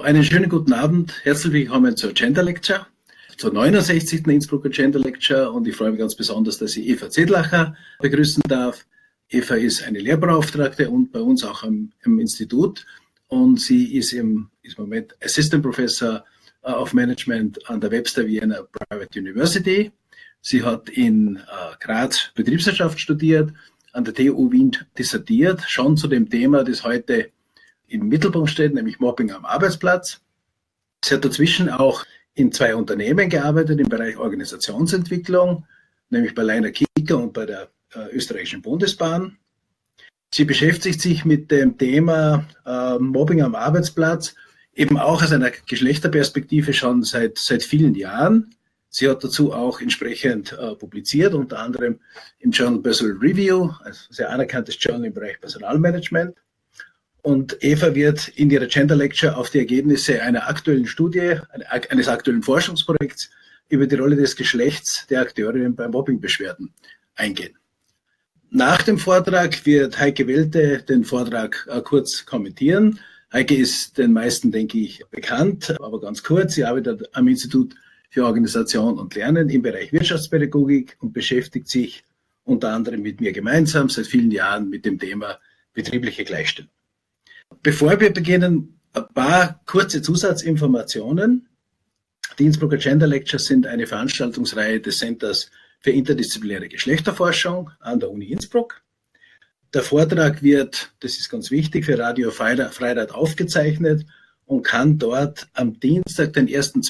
einen schönen guten Abend. Herzlich willkommen zur Gender Lecture, zur 69. Innsbrucker Gender Lecture, und ich freue mich ganz besonders, dass ich Eva Zedlacher begrüßen darf. Eva ist eine Lehrbeauftragte und bei uns auch im Institut, und sie ist im Moment Assistant Professor of Management an der Webster Vienna Private University. Sie hat in Graz Betriebswirtschaft studiert, an der TU Wien dissertiert, schon zu dem Thema, das heute im Mittelpunkt steht, nämlich Mobbing am Arbeitsplatz. Sie hat dazwischen auch in 2 Unternehmen gearbeitet im Bereich Organisationsentwicklung, nämlich bei Leiner Kicker und bei der österreichischen Bundesbahn. Sie beschäftigt sich mit dem Thema Mobbing am Arbeitsplatz eben auch aus einer Geschlechterperspektive schon seit vielen Jahren. Sie hat dazu auch entsprechend publiziert, unter anderem im Journal Personnel Review, ein sehr anerkanntes Journal im Bereich Personalmanagement. Und Eva wird in ihrer Gender Lecture auf die Ergebnisse einer aktuellen Studie, eines aktuellen Forschungsprojekts über die Rolle des Geschlechts der Akteurinnen bei Mobbingbeschwerden eingehen. Nach dem Vortrag wird Heike Welte den Vortrag kurz kommentieren. Heike ist den meisten, denke ich, bekannt, aber ganz kurz. Sie arbeitet am Institut für Organisation und Lernen im Bereich Wirtschaftspädagogik und beschäftigt sich unter anderem mit mir gemeinsam seit vielen Jahren mit dem Thema betriebliche Gleichstellung. Bevor wir beginnen, ein paar kurze Zusatzinformationen. Die Innsbrucker Gender Lectures sind eine Veranstaltungsreihe des Centers für interdisziplinäre Geschlechterforschung an der Uni Innsbruck. Der Vortrag wird, das ist ganz wichtig, für Radio Freirad aufgezeichnet und kann dort am Dienstag, den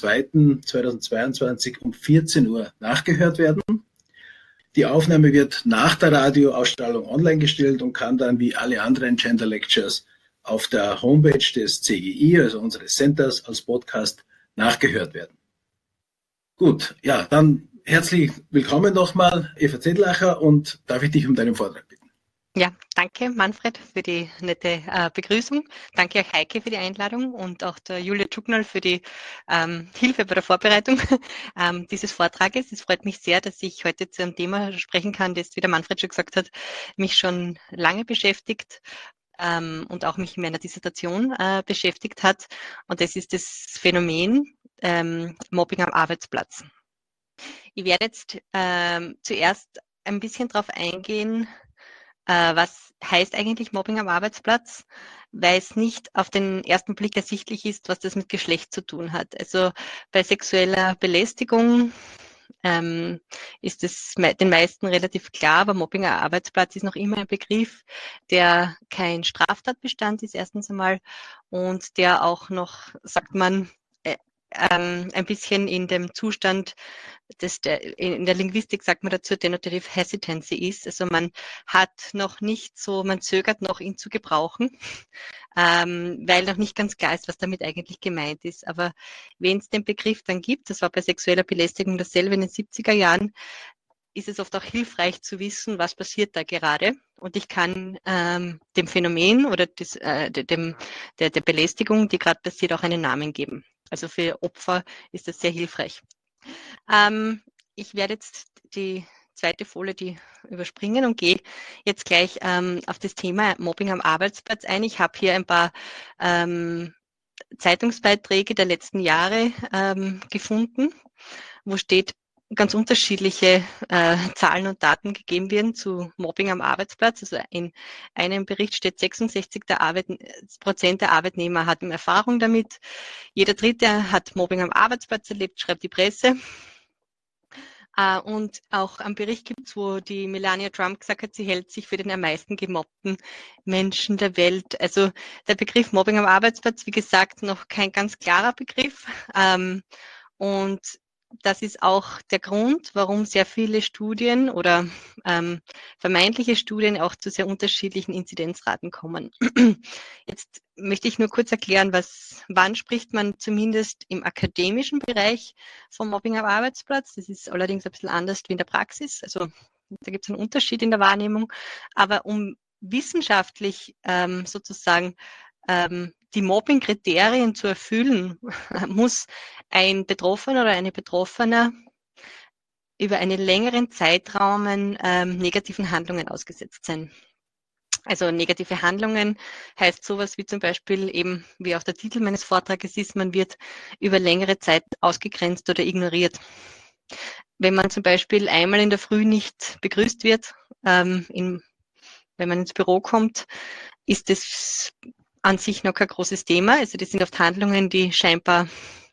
1.2.2022 um 14 Uhr nachgehört werden. Die Aufnahme wird nach der Radioausstrahlung online gestellt und kann dann wie alle anderen Gender Lectures auf der Homepage des CGI, also unseres Centers, als Podcast nachgehört werden. Gut, ja, dann herzlich willkommen nochmal, Eva Zedlacher, und darf ich dich um deinen Vortrag bitten? Ja, danke Manfred für die nette Begrüßung. Danke auch Heike für die Einladung und auch der Julia Tschuknal für die Hilfe bei der Vorbereitung dieses Vortrages. Es freut mich sehr, dass ich heute zu einem Thema sprechen kann, das, wie der Manfred schon gesagt hat, mich schon lange beschäftigt und auch mich in meiner Dissertation beschäftigt hat. Und das ist das Phänomen Mobbing am Arbeitsplatz. Ich werde jetzt zuerst ein bisschen darauf eingehen, was heißt eigentlich Mobbing am Arbeitsplatz, weil es nicht auf den ersten Blick ersichtlich ist, was das mit Geschlecht zu tun hat. Also bei sexueller Belästigung ist es den meisten relativ klar, aber Mobbing am Arbeitsplatz ist noch immer ein Begriff, der kein Straftatbestand ist, erstens einmal, und der auch noch, sagt man, ein bisschen in dem Zustand, in der Linguistik sagt man dazu Denotative Hesitancy ist. Also man hat noch nicht so, man zögert noch, ihn zu gebrauchen, weil noch nicht ganz klar ist, was damit eigentlich gemeint ist. Aber wenn es den Begriff dann gibt, das war bei sexueller Belästigung dasselbe in den 70er Jahren, ist es oft auch hilfreich zu wissen, was passiert da gerade. Und ich kann dem Phänomen oder der Belästigung, die gerade passiert, auch einen Namen geben. Also für Opfer ist das sehr hilfreich. Ich werde jetzt die zweite Folie überspringen und gehe jetzt gleich auf das Thema Mobbing am Arbeitsplatz ein. Ich habe hier ein paar Zeitungsbeiträge der letzten Jahre gefunden, wo steht, ganz unterschiedliche Zahlen und Daten gegeben werden zu Mobbing am Arbeitsplatz. Also in einem Bericht steht, 66% der Arbeitnehmer hatten Erfahrung damit. Jeder Dritte hat Mobbing am Arbeitsplatz erlebt, schreibt die Presse. Und auch einen Bericht gibt es, wo die Melania Trump gesagt hat, sie hält sich für den am meisten gemobbten Menschen der Welt. Also der Begriff Mobbing am Arbeitsplatz, wie gesagt, noch kein ganz klarer Begriff. Und das ist auch der Grund, warum sehr viele Studien oder vermeintliche Studien auch zu sehr unterschiedlichen Inzidenzraten kommen. Jetzt möchte ich nur kurz erklären, wann spricht man zumindest im akademischen Bereich vom Mobbing am Arbeitsplatz. Das ist allerdings ein bisschen anders wie in der Praxis. Also da gibt es einen Unterschied in der Wahrnehmung. Aber um wissenschaftlich sozusagen die Mobbing-Kriterien zu erfüllen, muss ein Betroffener oder eine Betroffene über einen längeren Zeitraum negativen Handlungen ausgesetzt sein. Also negative Handlungen heißt sowas wie zum Beispiel eben, wie auch der Titel meines Vortrages ist, man wird über längere Zeit ausgegrenzt oder ignoriert. Wenn man zum Beispiel einmal in der Früh nicht begrüßt wird, wenn man ins Büro kommt, ist das an sich noch kein großes Thema. Also das sind oft Handlungen, die scheinbar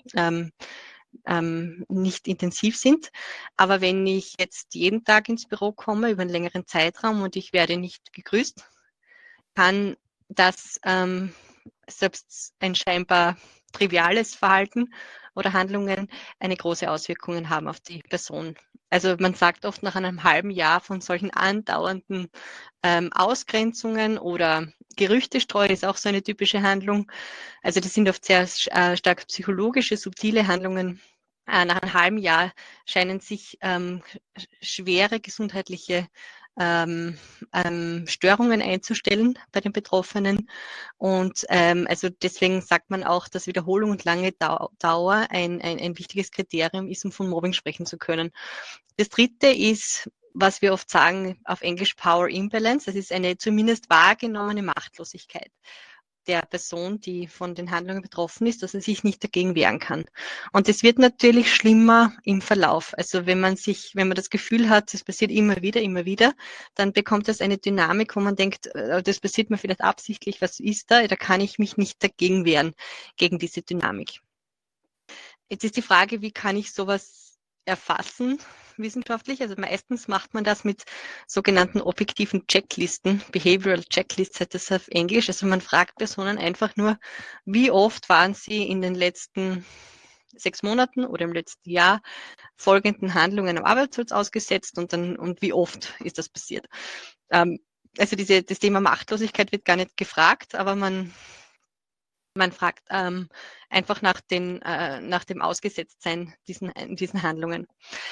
nicht intensiv sind. Aber wenn ich jetzt jeden Tag ins Büro komme, über einen längeren Zeitraum und ich werde nicht gegrüßt, kann das selbst ein scheinbar triviales Verhalten oder Handlungen eine große Auswirkungen haben auf die Person. Also man sagt oft nach einem halben Jahr von solchen andauernden Ausgrenzungen oder Gerüchtestreu ist auch so eine typische Handlung. Also das sind oft sehr stark psychologische, subtile Handlungen. Nach einem halben Jahr scheinen sich schwere gesundheitliche Störungen einzustellen bei den Betroffenen. Und also deswegen sagt man auch, dass Wiederholung und lange Dauer ein wichtiges Kriterium ist, um von Mobbing sprechen zu können. Das dritte ist, was wir oft sagen, auf Englisch Power Imbalance. Das ist eine zumindest wahrgenommene Machtlosigkeit der Person, die von den Handlungen betroffen ist, dass er sich nicht dagegen wehren kann. Und das wird natürlich schlimmer im Verlauf. Also wenn man das Gefühl hat, es passiert immer wieder, dann bekommt das eine Dynamik, wo man denkt, das passiert mir vielleicht absichtlich, was ist da? Da kann ich mich nicht dagegen wehren, gegen diese Dynamik. Jetzt ist die Frage, wie kann ich sowas erfassen wissenschaftlich? Also meistens macht man das mit sogenannten objektiven Checklisten, Behavioral Checklists heißt das auf Englisch. Also man fragt Personen einfach nur, wie oft waren sie in den letzten 6 Monaten oder im letzten Jahr folgenden Handlungen am Arbeitsplatz ausgesetzt und wie oft ist das passiert? Also das Thema Machtlosigkeit wird gar nicht gefragt, aber man fragt einfach nach dem Ausgesetztsein diesen Handlungen.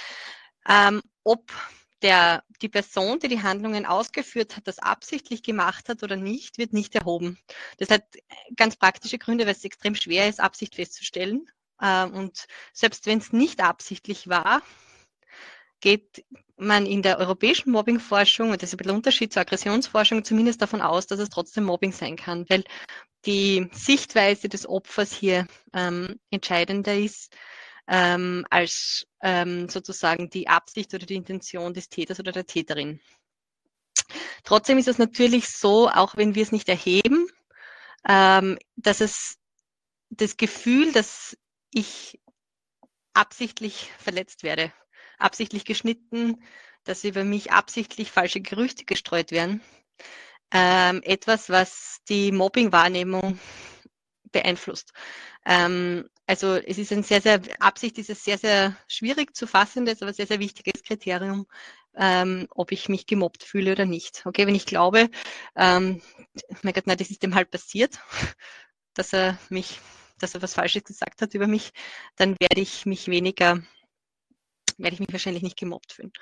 Ob die Person, die die Handlungen ausgeführt hat, das absichtlich gemacht hat oder nicht, wird nicht erhoben. Das hat ganz praktische Gründe, weil es extrem schwer ist, Absicht festzustellen. Und selbst wenn es nicht absichtlich war, geht man in der europäischen Mobbingforschung, und das ist ein bisschen Unterschied zur Aggressionsforschung, zumindest davon aus, dass es trotzdem Mobbing sein kann, weil die Sichtweise des Opfers hier entscheidender ist als sozusagen die Absicht oder die Intention des Täters oder der Täterin. Trotzdem ist es natürlich so, auch wenn wir es nicht erheben, dass es das Gefühl, dass ich absichtlich verletzt werde, absichtlich geschnitten, dass über mich absichtlich falsche Gerüchte gestreut werden, etwas, was die Mobbing-Wahrnehmung beeinflusst. Also es ist Absicht ist es sehr, sehr schwierig zu fassendes, aber sehr, sehr wichtiges Kriterium, ob ich mich gemobbt fühle oder nicht. Okay, wenn ich glaube, mein Gott, nein, das ist dem halt passiert, dass er was Falsches gesagt hat über mich, dann werde ich mich wahrscheinlich nicht gemobbt fühlen.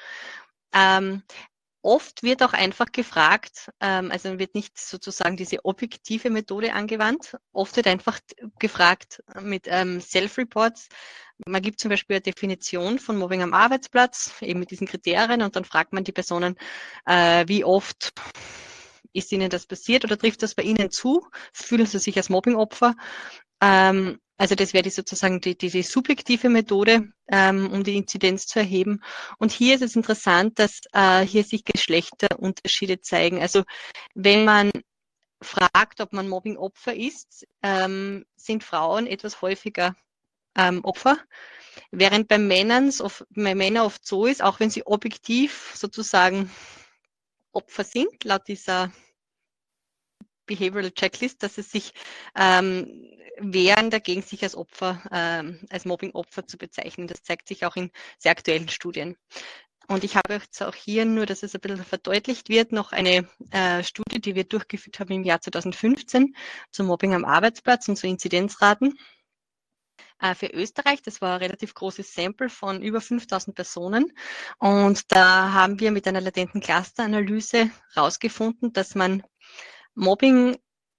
Oft wird auch einfach gefragt, also wird nicht sozusagen diese objektive Methode angewandt, oft wird einfach gefragt mit Self-Reports. Man gibt zum Beispiel eine Definition von Mobbing am Arbeitsplatz, eben mit diesen Kriterien, und dann fragt man die Personen, wie oft ist Ihnen das passiert oder trifft das bei Ihnen zu? Fühlen Sie sich als Mobbingopfer? Also das wäre sozusagen die subjektive Methode, um die Inzidenz zu erheben. Und hier ist es interessant, dass hier sich Geschlechterunterschiede zeigen. Also wenn man fragt, ob man Mobbingopfer ist, sind Frauen etwas häufiger Opfer, während bei Männern oft so ist, auch wenn sie objektiv sozusagen Opfer sind, laut dieser Behavioral Checklist, dass sie sich wehren dagegen, sich als Opfer, als Mobbing-Opfer zu bezeichnen. Das zeigt sich auch in sehr aktuellen Studien. Und ich habe jetzt auch hier, nur dass es ein bisschen verdeutlicht wird, noch eine Studie, die wir durchgeführt haben im Jahr 2015 zum Mobbing am Arbeitsplatz und zu Inzidenzraten. Für Österreich, das war ein relativ großes Sample von über 5000 Personen. Und da haben wir mit einer latenten Clusteranalyse herausgefunden, dass man Mobbing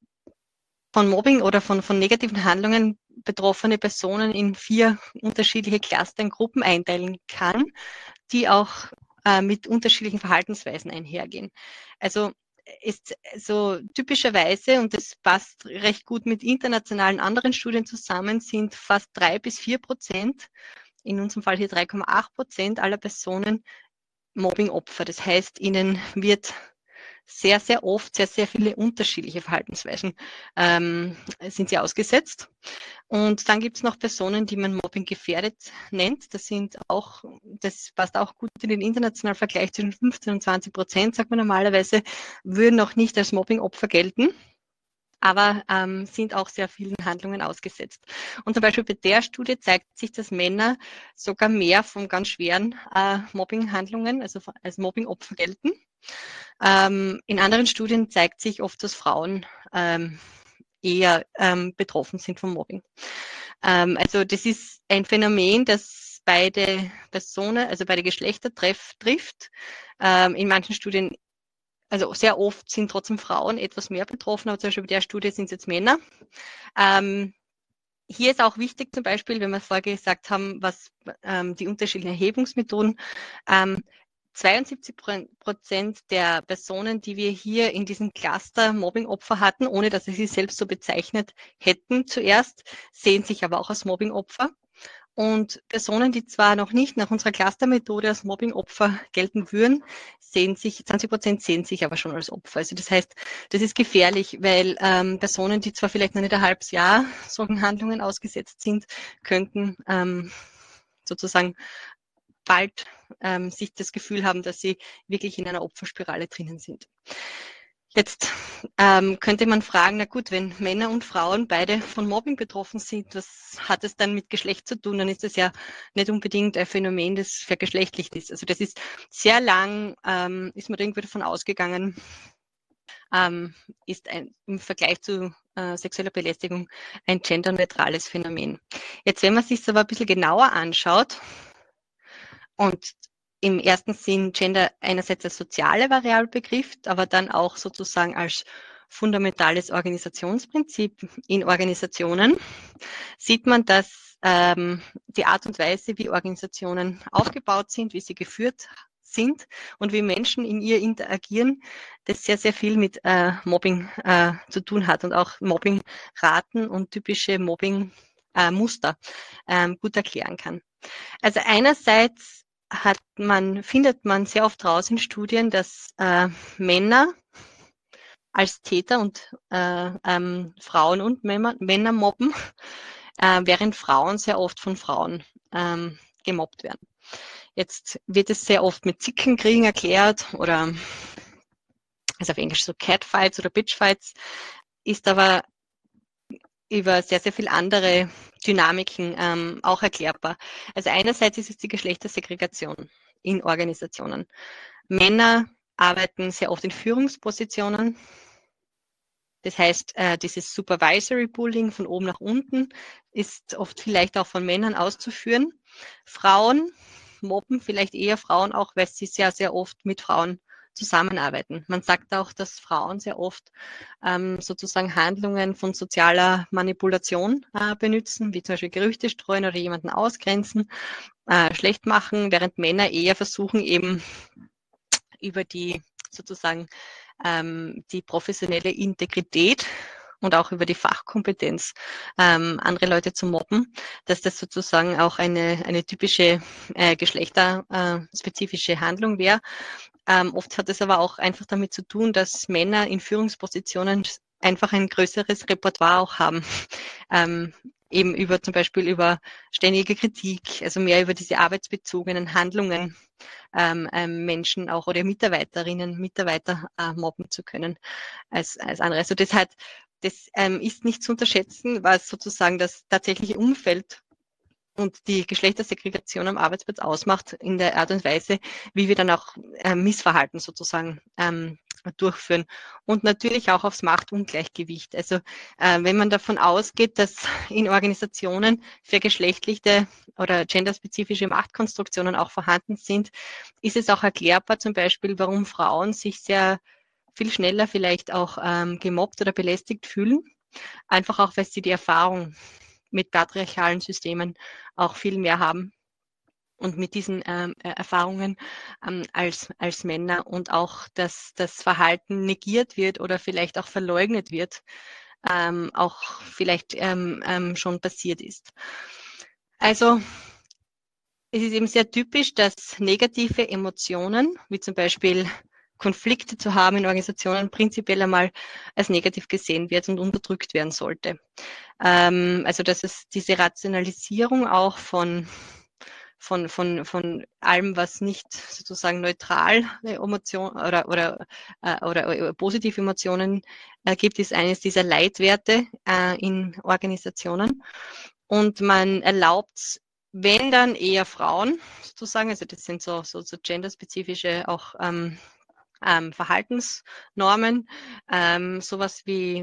oder von negativen Handlungen betroffene Personen in 4 unterschiedliche Cluster in Gruppen einteilen kann, die auch mit unterschiedlichen Verhaltensweisen einhergehen. Also ist so typischerweise, und das passt recht gut mit internationalen anderen Studien zusammen, sind fast 3-4%, in unserem Fall hier 3,8% aller Personen Mobbingopfer. Das heißt, ihnen wird sehr, sehr oft sehr viele unterschiedliche Verhaltensweisen sind sie ausgesetzt. Und dann gibt es noch Personen, die man Mobbing gefährdet nennt. Das passt auch gut in den internationalen Vergleich, zwischen 15 und 20%, sagt man normalerweise, würden auch nicht als Mobbingopfer gelten, aber sind auch sehr vielen Handlungen ausgesetzt. Und zum Beispiel bei der Studie zeigt sich, dass Männer sogar mehr von ganz schweren Mobbinghandlungen, also als Mobbingopfer gelten. In anderen Studien zeigt sich oft, dass Frauen eher betroffen sind vom Mobbing. Also das ist ein Phänomen, das beide Personen, also beide Geschlechter trifft. In manchen Studien, also sehr oft sind trotzdem Frauen etwas mehr betroffen, aber zum Beispiel bei der Studie sind es jetzt Männer. Hier ist auch wichtig zum Beispiel, wenn wir vorher gesagt haben, was die unterschiedlichen Erhebungsmethoden, 72% der Personen, die wir hier in diesem Cluster Mobbingopfer hatten, ohne dass sie sich selbst so bezeichnet hätten zuerst, sehen sich aber auch als Mobbingopfer. Und Personen, die zwar noch nicht nach unserer Clustermethode als Mobbingopfer gelten würden, 20% sehen sich aber schon als Opfer. Also das heißt, das ist gefährlich, weil Personen, die zwar vielleicht noch nicht ein halbes Jahr solchen Handlungen ausgesetzt sind, könnten sozusagen bald sich das Gefühl haben, dass sie wirklich in einer Opferspirale drinnen sind. Jetzt könnte man fragen, na gut, wenn Männer und Frauen beide von Mobbing betroffen sind, was hat es dann mit Geschlecht zu tun? Dann ist das ja nicht unbedingt ein Phänomen, das vergeschlechtlicht ist. Also das ist sehr lang, ist man irgendwie davon ausgegangen, ist im Vergleich zu sexueller Belästigung ein genderneutrales Phänomen. Jetzt, wenn man sich es aber ein bisschen genauer anschaut, und im ersten Sinn Gender einerseits als soziale Variable begriffen, aber dann auch sozusagen als fundamentales Organisationsprinzip in Organisationen, sieht man, dass die Art und Weise, wie Organisationen aufgebaut sind, wie sie geführt sind und wie Menschen in ihr interagieren, das sehr, sehr viel mit Mobbing zu tun hat und auch Mobbingraten und typische Mobbingmuster gut erklären kann. Also einerseits findet man sehr oft raus in Studien, dass Männer als Täter und Frauen und Männer mobben, während Frauen sehr oft von Frauen gemobbt werden. Jetzt wird es sehr oft mit Zickenkriegen erklärt oder also auf Englisch so Catfights oder Bitchfights, ist aber über sehr, sehr viele andere Dynamiken auch erklärbar. Also einerseits ist es die Geschlechtersegregation in Organisationen. Männer arbeiten sehr oft in Führungspositionen. Das heißt, dieses Supervisory Bullying von oben nach unten ist oft vielleicht auch von Männern auszuführen. Frauen mobben vielleicht eher Frauen auch, weil sie sehr, sehr oft mit Frauen zusammenarbeiten. Man sagt auch, dass Frauen sehr oft sozusagen Handlungen von sozialer Manipulation benutzen, wie zum Beispiel Gerüchte streuen oder jemanden ausgrenzen, schlecht machen, während Männer eher versuchen, eben über die sozusagen die professionelle Integrität und auch über die Fachkompetenz andere Leute zu mobben, dass das sozusagen auch eine typische geschlechterspezifische Handlung wäre. Oft hat es aber auch einfach damit zu tun, dass Männer in Führungspositionen einfach ein größeres Repertoire auch haben. Eben zum Beispiel über ständige Kritik, also mehr über diese arbeitsbezogenen Handlungen Menschen auch oder Mitarbeiterinnen, Mitarbeiter mobben zu können als andere. Also das ist nicht zu unterschätzen, was sozusagen das tatsächliche Umfeld und die Geschlechtersegregation am Arbeitsplatz ausmacht in der Art und Weise, wie wir dann auch Missverhalten sozusagen durchführen. Und natürlich auch aufs Machtungleichgewicht. Also wenn man davon ausgeht, dass in Organisationen für geschlechtliche oder genderspezifische Machtkonstruktionen auch vorhanden sind, ist es auch erklärbar zum Beispiel, warum Frauen sich sehr viel schneller vielleicht auch gemobbt oder belästigt fühlen. Einfach auch, weil sie die Erfahrung mit patriarchalen Systemen auch viel mehr haben und mit diesen Erfahrungen als Männer und auch, dass das Verhalten negiert wird oder vielleicht auch verleugnet wird, auch vielleicht schon passiert ist. Also es ist eben sehr typisch, dass negative Emotionen, wie zum Beispiel Konflikte zu haben in Organisationen, prinzipiell einmal als negativ gesehen wird und unterdrückt werden sollte. Also dass es diese Rationalisierung auch von allem, was nicht sozusagen neutral Emotionen oder positive Emotionen gibt, ist eines dieser Leitwerte in Organisationen. Und man erlaubt, wenn dann eher Frauen sozusagen, also das sind so genderspezifische auch Verhaltensnormen, sowas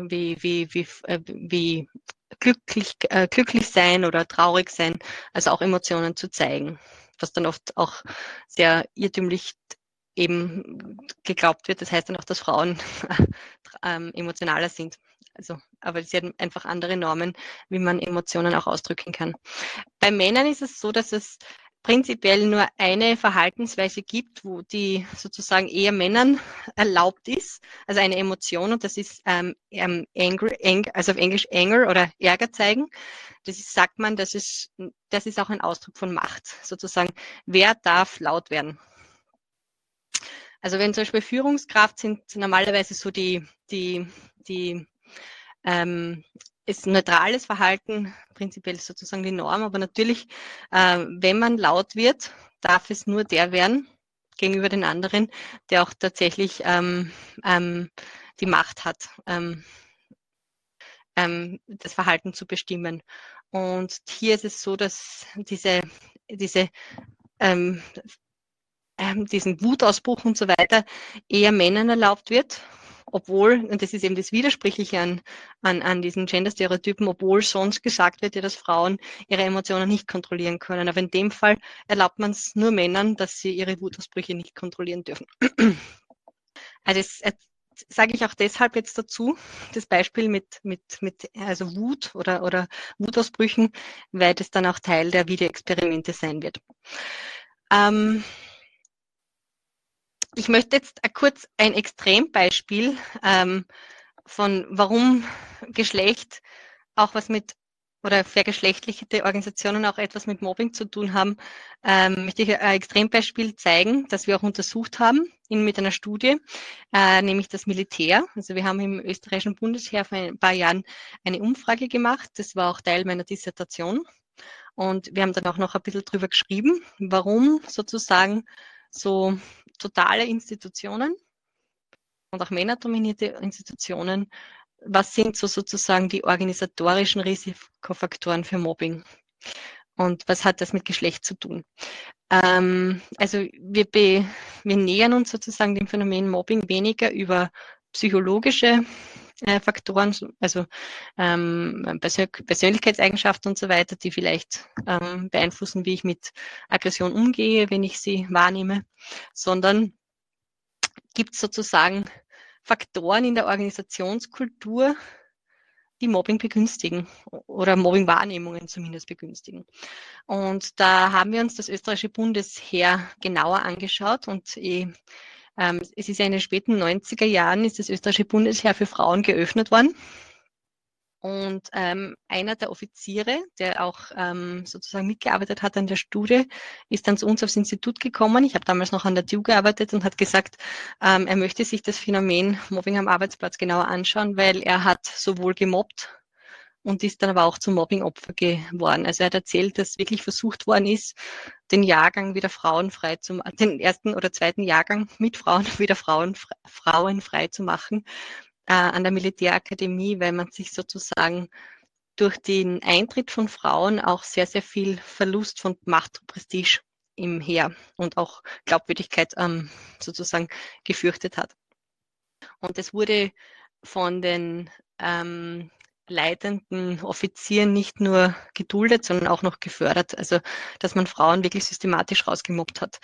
wie glücklich sein oder traurig sein, also auch Emotionen zu zeigen, was dann oft auch sehr irrtümlich eben geglaubt wird. Das heißt dann auch, dass Frauen emotionaler sind. Also, aber sie haben einfach andere Normen, wie man Emotionen auch ausdrücken kann. Bei Männern ist es so, dass es prinzipiell nur eine Verhaltensweise gibt, wo die sozusagen eher Männern erlaubt ist, also eine Emotion, und das ist also auf Englisch Anger oder Ärger zeigen. Das ist, sagt man, das ist auch ein Ausdruck von Macht, sozusagen. Wer darf laut werden? Also wenn zum Beispiel Führungskraft sind normalerweise so ist neutrales Verhalten prinzipiell sozusagen die Norm, aber natürlich, wenn man laut wird, darf es nur der werden gegenüber den anderen, der auch tatsächlich die Macht hat, das Verhalten zu bestimmen. Und hier ist es so, dass diesen Wutausbruch und so weiter eher Männern erlaubt wird, obwohl, und das ist eben das Widersprüchliche an diesen Gender-Stereotypen, obwohl sonst gesagt wird, ja, dass Frauen ihre Emotionen nicht kontrollieren können. Aber in dem Fall erlaubt man es nur Männern, dass sie ihre Wutausbrüche nicht kontrollieren dürfen. Also das sage ich auch deshalb jetzt dazu, das Beispiel mit also Wut oder Wutausbrüchen, weil das dann auch Teil der Videoexperimente sein wird. Ich möchte jetzt kurz ein Extrembeispiel von warum Geschlecht auch was mit oder vergeschlechtlichte Organisationen auch etwas mit Mobbing zu tun haben, möchte ich ein Extrembeispiel zeigen, das wir auch untersucht haben mit einer Studie, nämlich das Militär. Also wir haben im österreichischen Bundesheer vor ein paar Jahren eine Umfrage gemacht. Das war auch Teil meiner Dissertation. Und wir haben dann auch noch ein bisschen drüber geschrieben, warum sozusagen so totale Institutionen und auch männerdominierte Institutionen, was sind so sozusagen die organisatorischen Risikofaktoren für Mobbing und was hat das mit Geschlecht zu tun? Also wir nähern uns sozusagen dem Phänomen Mobbing weniger über psychologische Faktoren, also Persönlichkeitseigenschaften und so weiter, die vielleicht beeinflussen, wie ich mit Aggression umgehe, wenn ich sie wahrnehme, sondern gibt es sozusagen Faktoren in der Organisationskultur, die Mobbing begünstigen oder Mobbing-Wahrnehmungen zumindest begünstigen. Und da haben wir uns das österreichische Bundesheer genauer angeschaut und es ist ja in den späten 90er Jahren ist das österreichische Bundesheer für Frauen geöffnet worden. Und einer der Offiziere, der auch sozusagen mitgearbeitet hat an der Studie, ist dann zu uns aufs Institut gekommen. Ich habe damals noch an der TU gearbeitet und hat gesagt, er möchte sich das Phänomen Mobbing am Arbeitsplatz genauer anschauen, weil er hat sowohl gemobbt und ist dann aber auch zum Mobbing-Opfer geworden. Also er hat erzählt, dass wirklich versucht worden ist, den Jahrgang wieder frauenfrei zu machen, den ersten oder zweiten Jahrgang mit Frauen wieder frauenfrei zu machen an der Militärakademie, weil man sich sozusagen durch den Eintritt von Frauen auch sehr, sehr viel Verlust von Macht und Prestige im Heer und auch Glaubwürdigkeit sozusagen gefürchtet hat. Und es wurde von den leitenden Offizieren nicht nur geduldet, sondern auch noch gefördert, also dass man Frauen wirklich systematisch rausgemobbt hat.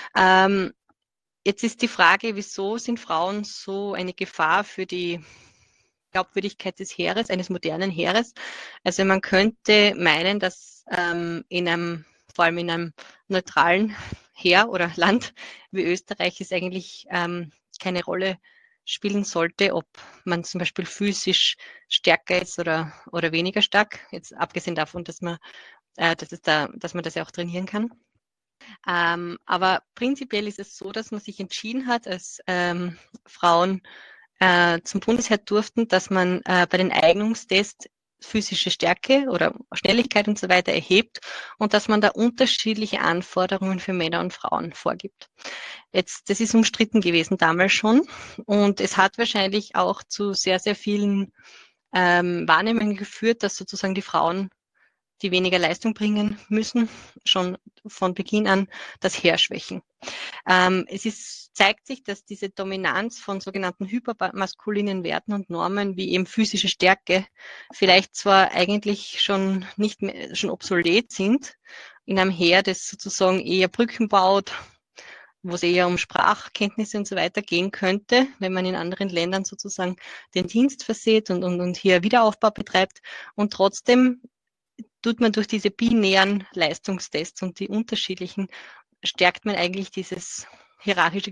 Jetzt ist die Frage, wieso sind Frauen so eine Gefahr für die Glaubwürdigkeit des Heeres, eines modernen Heeres? Also man könnte meinen, dass in einem vor allem in einem neutralen Heer oder Land wie Österreich es eigentlich keine Rolle spielen sollte, ob man zum Beispiel physisch stärker ist oder weniger stark, jetzt abgesehen davon, dass man das ja auch trainieren kann. Aber prinzipiell ist es so, dass man sich entschieden hat, als Frauen zum Bundesheer durften, dass man bei den Eignungstests physische Stärke oder Schnelligkeit und so weiter erhebt und dass man da unterschiedliche Anforderungen für Männer und Frauen vorgibt. Jetzt, das ist umstritten gewesen damals schon und es hat wahrscheinlich auch zu sehr, sehr vielen Wahrnehmungen geführt, dass sozusagen die Frauen, die weniger Leistung bringen müssen, schon von Beginn an das Heer schwächen. Zeigt sich, dass diese Dominanz von sogenannten hypermaskulinen Werten und Normen wie eben physische Stärke vielleicht zwar eigentlich schon nicht mehr, schon obsolet sind in einem Heer, das sozusagen eher Brücken baut, wo es eher um Sprachkenntnisse und so weiter gehen könnte, wenn man in anderen Ländern sozusagen den Dienst verseht und hier Wiederaufbau betreibt. Und trotzdem tut man durch diese binären Leistungstests und die unterschiedlichen, stärkt man eigentlich dieses hierarchische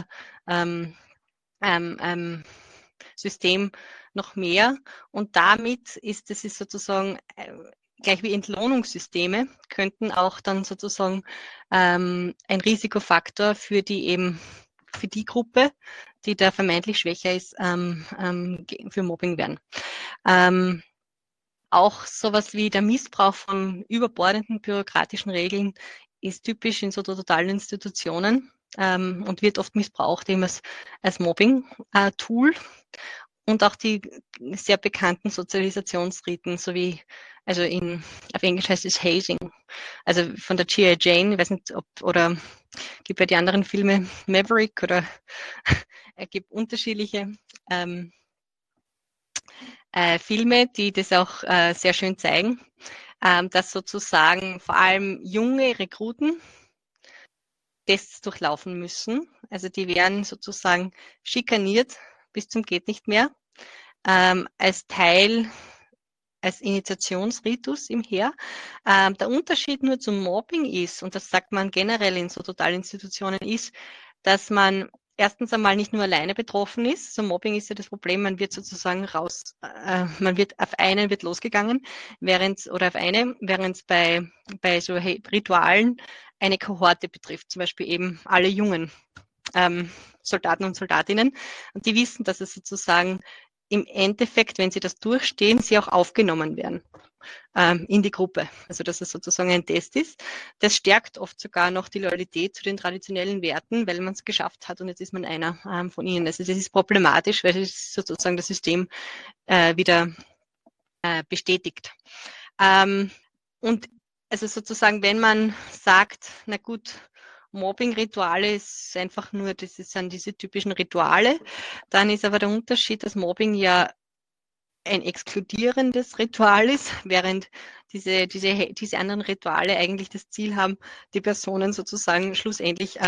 Geschlechtersystem noch mehr. Und damit ist es sozusagen gleich wie Entlohnungssysteme könnten auch dann sozusagen ein Risikofaktor für die Gruppe, die da vermeintlich schwächer ist, für Mobbing werden. Auch sowas wie der Missbrauch von überbordenden bürokratischen Regeln ist typisch in so totalen Institutionen und wird oft missbraucht eben als Mobbing-Tool. Und auch die sehr bekannten Sozialisationsriten, sowie, also auf Englisch heißt es Hazing, also von der G.I. Jane, ich weiß nicht, oder gibt ja die anderen Filme Maverick oder es gibt unterschiedliche Filme, die das auch sehr schön zeigen, dass sozusagen vor allem junge Rekruten Tests durchlaufen müssen. Also die werden sozusagen schikaniert bis zum geht nicht mehr, als Initiationsritus im Heer. Der Unterschied nur zum Mobbing ist, und das sagt man generell in so Totalinstitutionen, ist, dass man erstens einmal nicht nur alleine betroffen ist. So Mobbing ist ja das Problem, man wird sozusagen wird losgegangen, während es bei so Ritualen eine Kohorte betrifft, zum Beispiel eben alle jungen Soldaten und Soldatinnen. Und die wissen, dass es sozusagen im Endeffekt, wenn sie das durchstehen, sie auch aufgenommen werden in die Gruppe. Also dass es sozusagen ein Test ist. Das stärkt oft sogar noch die Loyalität zu den traditionellen Werten, weil man es geschafft hat und jetzt ist man einer von ihnen. Also das ist problematisch, weil es sozusagen das System wieder bestätigt. Und also sozusagen, wenn man sagt, na gut, Mobbing-Rituale ist einfach nur, sind diese typischen Rituale. Dann ist aber der Unterschied, dass Mobbing ja ein exkludierendes Ritual ist, während diese anderen Rituale eigentlich das Ziel haben, die Personen sozusagen schlussendlich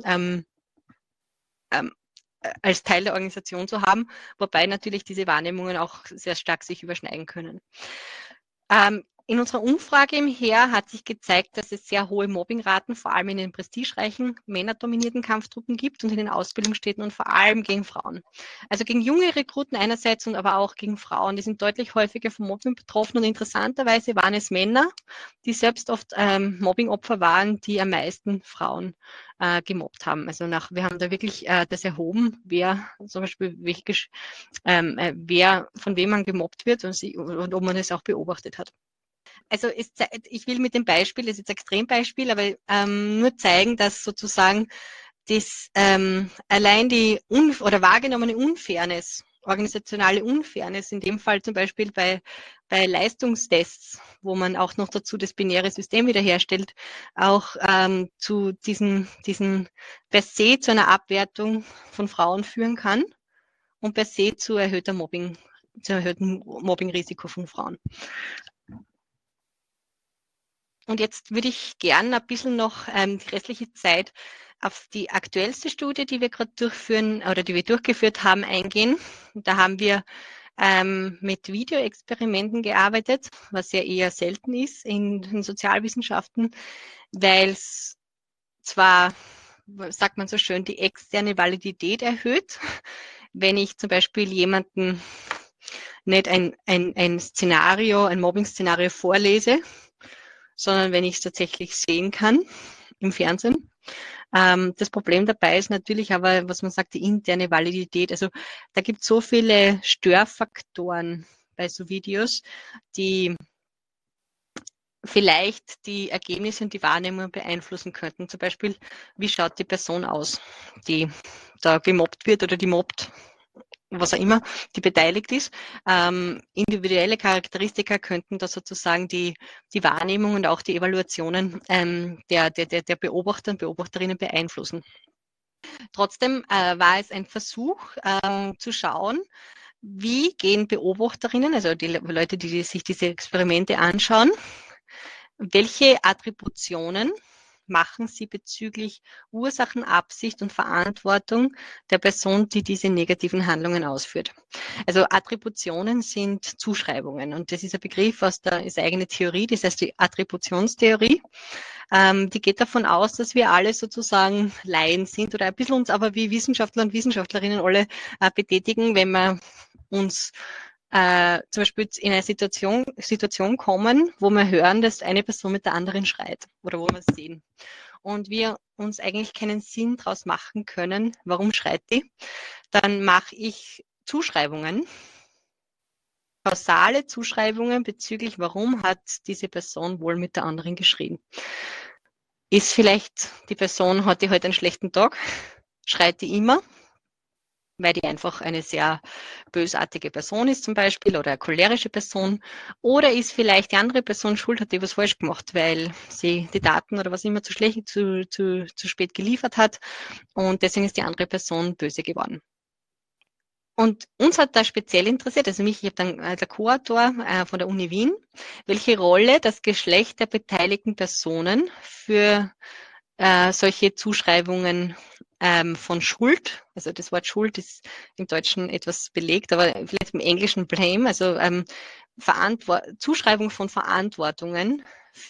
als Teil der Organisation zu haben, wobei natürlich diese Wahrnehmungen auch sehr stark sich überschneiden können. In unserer Umfrage im Heer hat sich gezeigt, dass es sehr hohe Mobbingraten vor allem in den prestigereichen, männerdominierten Kampftruppen gibt und in den Ausbildungsstätten und vor allem gegen Frauen. Also gegen junge Rekruten einerseits und aber auch gegen Frauen. Die sind deutlich häufiger vom Mobbing betroffen und interessanterweise waren es Männer, die selbst oft Mobbingopfer waren, die am meisten Frauen gemobbt haben. Also wir haben da wirklich das erhoben, wer zum Beispiel wer von wem man gemobbt wird und ob man es auch beobachtet hat. Also ich will mit dem Beispiel, das ist jetzt ein Extrembeispiel, aber nur zeigen, dass sozusagen das allein die wahrgenommene Unfairness, organisationale Unfairness, in dem Fall zum Beispiel bei Leistungstests, wo man auch noch dazu das binäre System wiederherstellt, auch zu diesen per se zu einer Abwertung von Frauen führen kann und per se zu erhöhtem Mobbingrisiko von Frauen. Und jetzt würde ich gerne ein bisschen noch die restliche Zeit auf die aktuellste Studie, die wir gerade durchführen oder die wir durchgeführt haben, eingehen. Da haben wir mit Videoexperimenten gearbeitet, was ja eher selten ist in den Sozialwissenschaften, weil es zwar, sagt man so schön, die externe Validität erhöht, wenn ich zum Beispiel jemanden nicht ein Szenario, ein Mobbing-Szenario vorlese, sondern wenn ich es tatsächlich sehen kann im Fernsehen. Das Problem dabei ist natürlich aber, was man sagt, die interne Validität. Also da gibt es so viele Störfaktoren bei so Videos, die vielleicht die Ergebnisse und die Wahrnehmung beeinflussen könnten. Zum Beispiel, wie schaut die Person aus, die da gemobbt wird oder die mobbt, was auch immer, die beteiligt ist. Individuelle Charakteristika könnten da sozusagen die Wahrnehmung und auch die Evaluationen der Beobachter und Beobachterinnen beeinflussen. Trotzdem war es ein Versuch zu schauen, wie gehen Beobachterinnen, also die Leute, die sich diese Experimente anschauen, welche Attributionen machen sie bezüglich Ursachen, Absicht und Verantwortung der Person, die diese negativen Handlungen ausführt. Also Attributionen sind Zuschreibungen und das ist ein Begriff aus der eigenen Theorie, das heißt die Attributionstheorie. Die geht davon aus, dass wir alle sozusagen Laien sind oder ein bisschen uns aber wie Wissenschaftler und Wissenschaftlerinnen alle betätigen, wenn wir uns zum Beispiel in eine Situation kommen, wo wir hören, dass eine Person mit der anderen schreit oder wo wir es sehen. Und wir uns eigentlich keinen Sinn daraus machen können, warum schreit die, dann mache ich Zuschreibungen, kausale Zuschreibungen bezüglich, warum hat diese Person wohl mit der anderen geschrien. Ist vielleicht die Person, hat die heute einen schlechten Tag, schreit die immer, weil die einfach eine sehr bösartige Person ist zum Beispiel oder eine cholerische Person. Oder ist vielleicht die andere Person schuld, hat die was falsch gemacht, weil sie die Daten oder was immer zu spät geliefert hat und deswegen ist die andere Person böse geworden. Und uns hat da speziell interessiert, also mich, ich habe dann der Co-Autor von der Uni Wien, welche Rolle das Geschlecht der beteiligten Personen für solche Zuschreibungen von Schuld, also das Wort Schuld ist im Deutschen etwas belegt, aber vielleicht im Englischen Blame, also Zuschreibung von Verantwortungen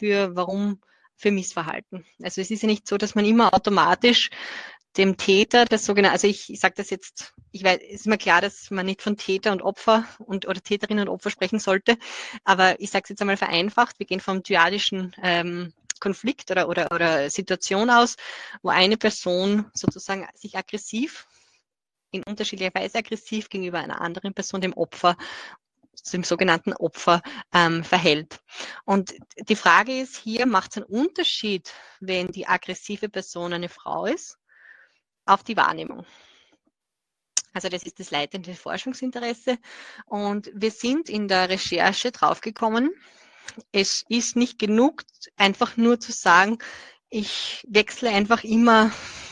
für Missverhalten. Also es ist ja nicht so, dass man immer automatisch dem Täter, das sogenannte, also ich sage das jetzt, ich weiß, ist mir klar, dass man nicht von Täter und Opfer oder Täterinnen und Opfer sprechen sollte, aber ich sage es jetzt einmal vereinfacht, wir gehen vom dyadischen Konflikt oder Situation aus, wo eine Person sozusagen sich aggressiv, in unterschiedlicher Weise aggressiv gegenüber einer anderen Person, dem Opfer, dem sogenannten Opfer, verhält. Und die Frage ist hier, macht es einen Unterschied, wenn die aggressive Person eine Frau ist, auf die Wahrnehmung? Also das ist das leitende Forschungsinteresse. Und wir sind in der Recherche draufgekommen, es ist nicht genug, einfach nur zu sagen, ich wechsle einfach immer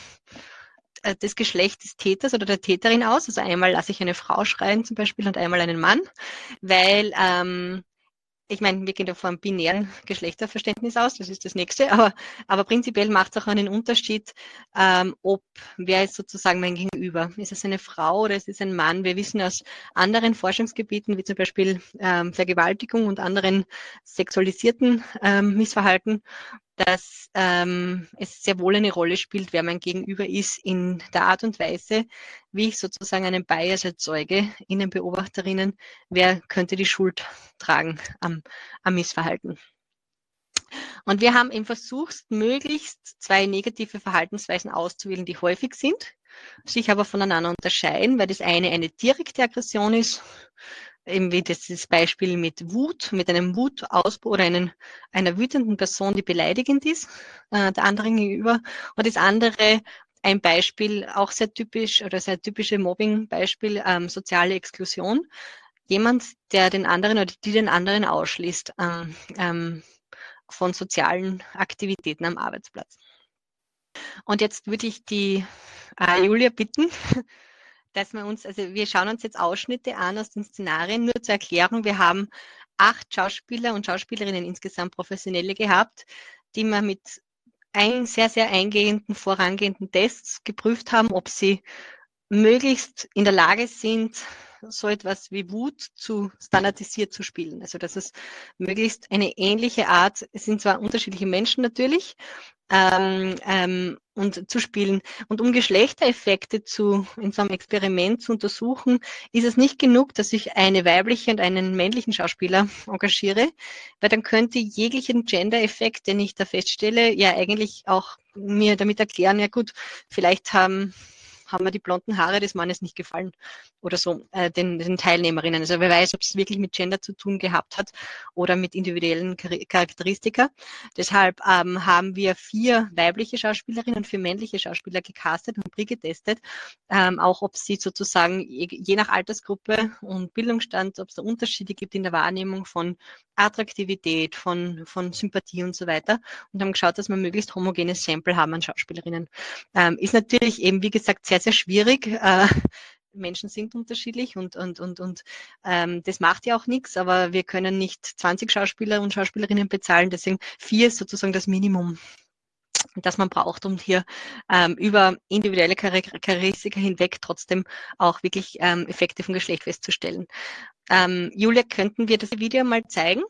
das Geschlecht des Täters oder der Täterin aus. Also einmal lasse ich eine Frau schreien zum Beispiel und einmal einen Mann, weil ich meine, wir gehen da vom binären Geschlechterverständnis aus, das ist das nächste, aber prinzipiell macht es auch einen Unterschied, wer ist sozusagen mein Gegenüber. Ist es eine Frau oder ist es ein Mann? Wir wissen aus anderen Forschungsgebieten, wie zum Beispiel Vergewaltigung und anderen sexualisierten Missverhalten, dass es sehr wohl eine Rolle spielt, wer mein Gegenüber ist, in der Art und Weise, wie ich sozusagen einen Bias erzeuge in den Beobachterinnen, wer könnte die Schuld tragen am Missverhalten. Und wir haben eben versucht, möglichst zwei negative Verhaltensweisen auszuwählen, die häufig sind, sich aber voneinander unterscheiden, weil das eine direkte Aggression ist, eben wie das Beispiel mit Wut, mit einem Wutausbruch oder einer wütenden Person, die beleidigend ist, der anderen gegenüber. Und das andere, ein Beispiel, auch sehr typisch oder sehr typische Mobbing-Beispiel, soziale Exklusion. Jemand, der den anderen oder die den anderen ausschließt von sozialen Aktivitäten am Arbeitsplatz. Und jetzt würde ich die Julia bitten, dass wir schauen uns jetzt Ausschnitte an aus den Szenarien. Nur zur Erklärung, wir haben 8 Schauspieler und Schauspielerinnen insgesamt Professionelle gehabt, die wir mit sehr, sehr eingehenden, vorangehenden Tests geprüft haben, ob sie möglichst in der Lage sind, so etwas wie Wut zu standardisiert zu spielen. Also dass es möglichst eine ähnliche Art, es sind zwar unterschiedliche Menschen natürlich, und zu spielen. Und um Geschlechtereffekte in so einem Experiment zu untersuchen, ist es nicht genug, dass ich eine weibliche und einen männlichen Schauspieler engagiere, weil dann könnte jeglichen Gender-Effekt, den ich da feststelle, ja eigentlich auch mir damit erklären, ja gut, vielleicht haben mir die blonden Haare des Mannes nicht gefallen oder so, den Teilnehmerinnen. Also wer weiß, ob es wirklich mit Gender zu tun gehabt hat oder mit individuellen Charakteristika. Deshalb haben wir 4 weibliche Schauspielerinnen und 4 männliche Schauspieler gecastet und pre-getestet, auch ob sie sozusagen je nach Altersgruppe und Bildungsstand, ob es da Unterschiede gibt in der Wahrnehmung von Attraktivität, von Sympathie und so weiter und haben geschaut, dass wir möglichst homogenes Sample haben an Schauspielerinnen. Ist natürlich eben, wie gesagt, sehr, sehr schwierig. Menschen sind unterschiedlich und das macht ja auch nichts, aber wir können nicht 20 Schauspieler und Schauspielerinnen bezahlen, deswegen 4 ist sozusagen das Minimum, das man braucht, um hier über individuelle Charakteristika hinweg trotzdem auch wirklich Effekte vom Geschlecht festzustellen. Julia, könnten wir das Video mal zeigen?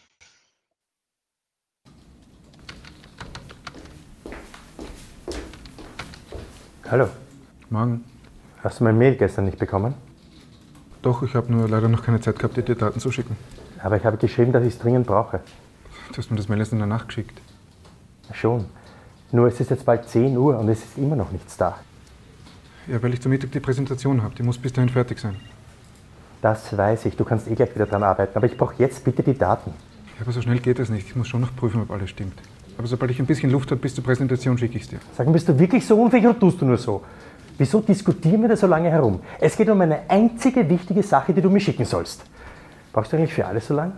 Hallo. Morgen. Hast du mein Mail gestern nicht bekommen? Doch, ich habe nur leider noch keine Zeit gehabt, dir die Daten zu schicken. Aber ich habe geschrieben, dass ich es dringend brauche. Du hast mir das Mail erst in der Nacht geschickt. Schon. Nur es ist jetzt bald 10 Uhr und es ist immer noch nichts da. Ja, weil ich zum Mittag die Präsentation habe. Die muss bis dahin fertig sein. Das weiß ich. Du kannst eh gleich wieder dran arbeiten. Aber ich brauche jetzt bitte die Daten. Ja, aber so schnell geht das nicht. Ich muss schon noch prüfen, ob alles stimmt. Aber sobald ich ein bisschen Luft habe bis zur Präsentation, schicke ich es dir. Sag mal, bist du wirklich so unfähig oder tust du nur so? Wieso diskutieren wir da so lange herum? Es geht um eine einzige wichtige Sache, die du mir schicken sollst. Brauchst du eigentlich für alles so lang?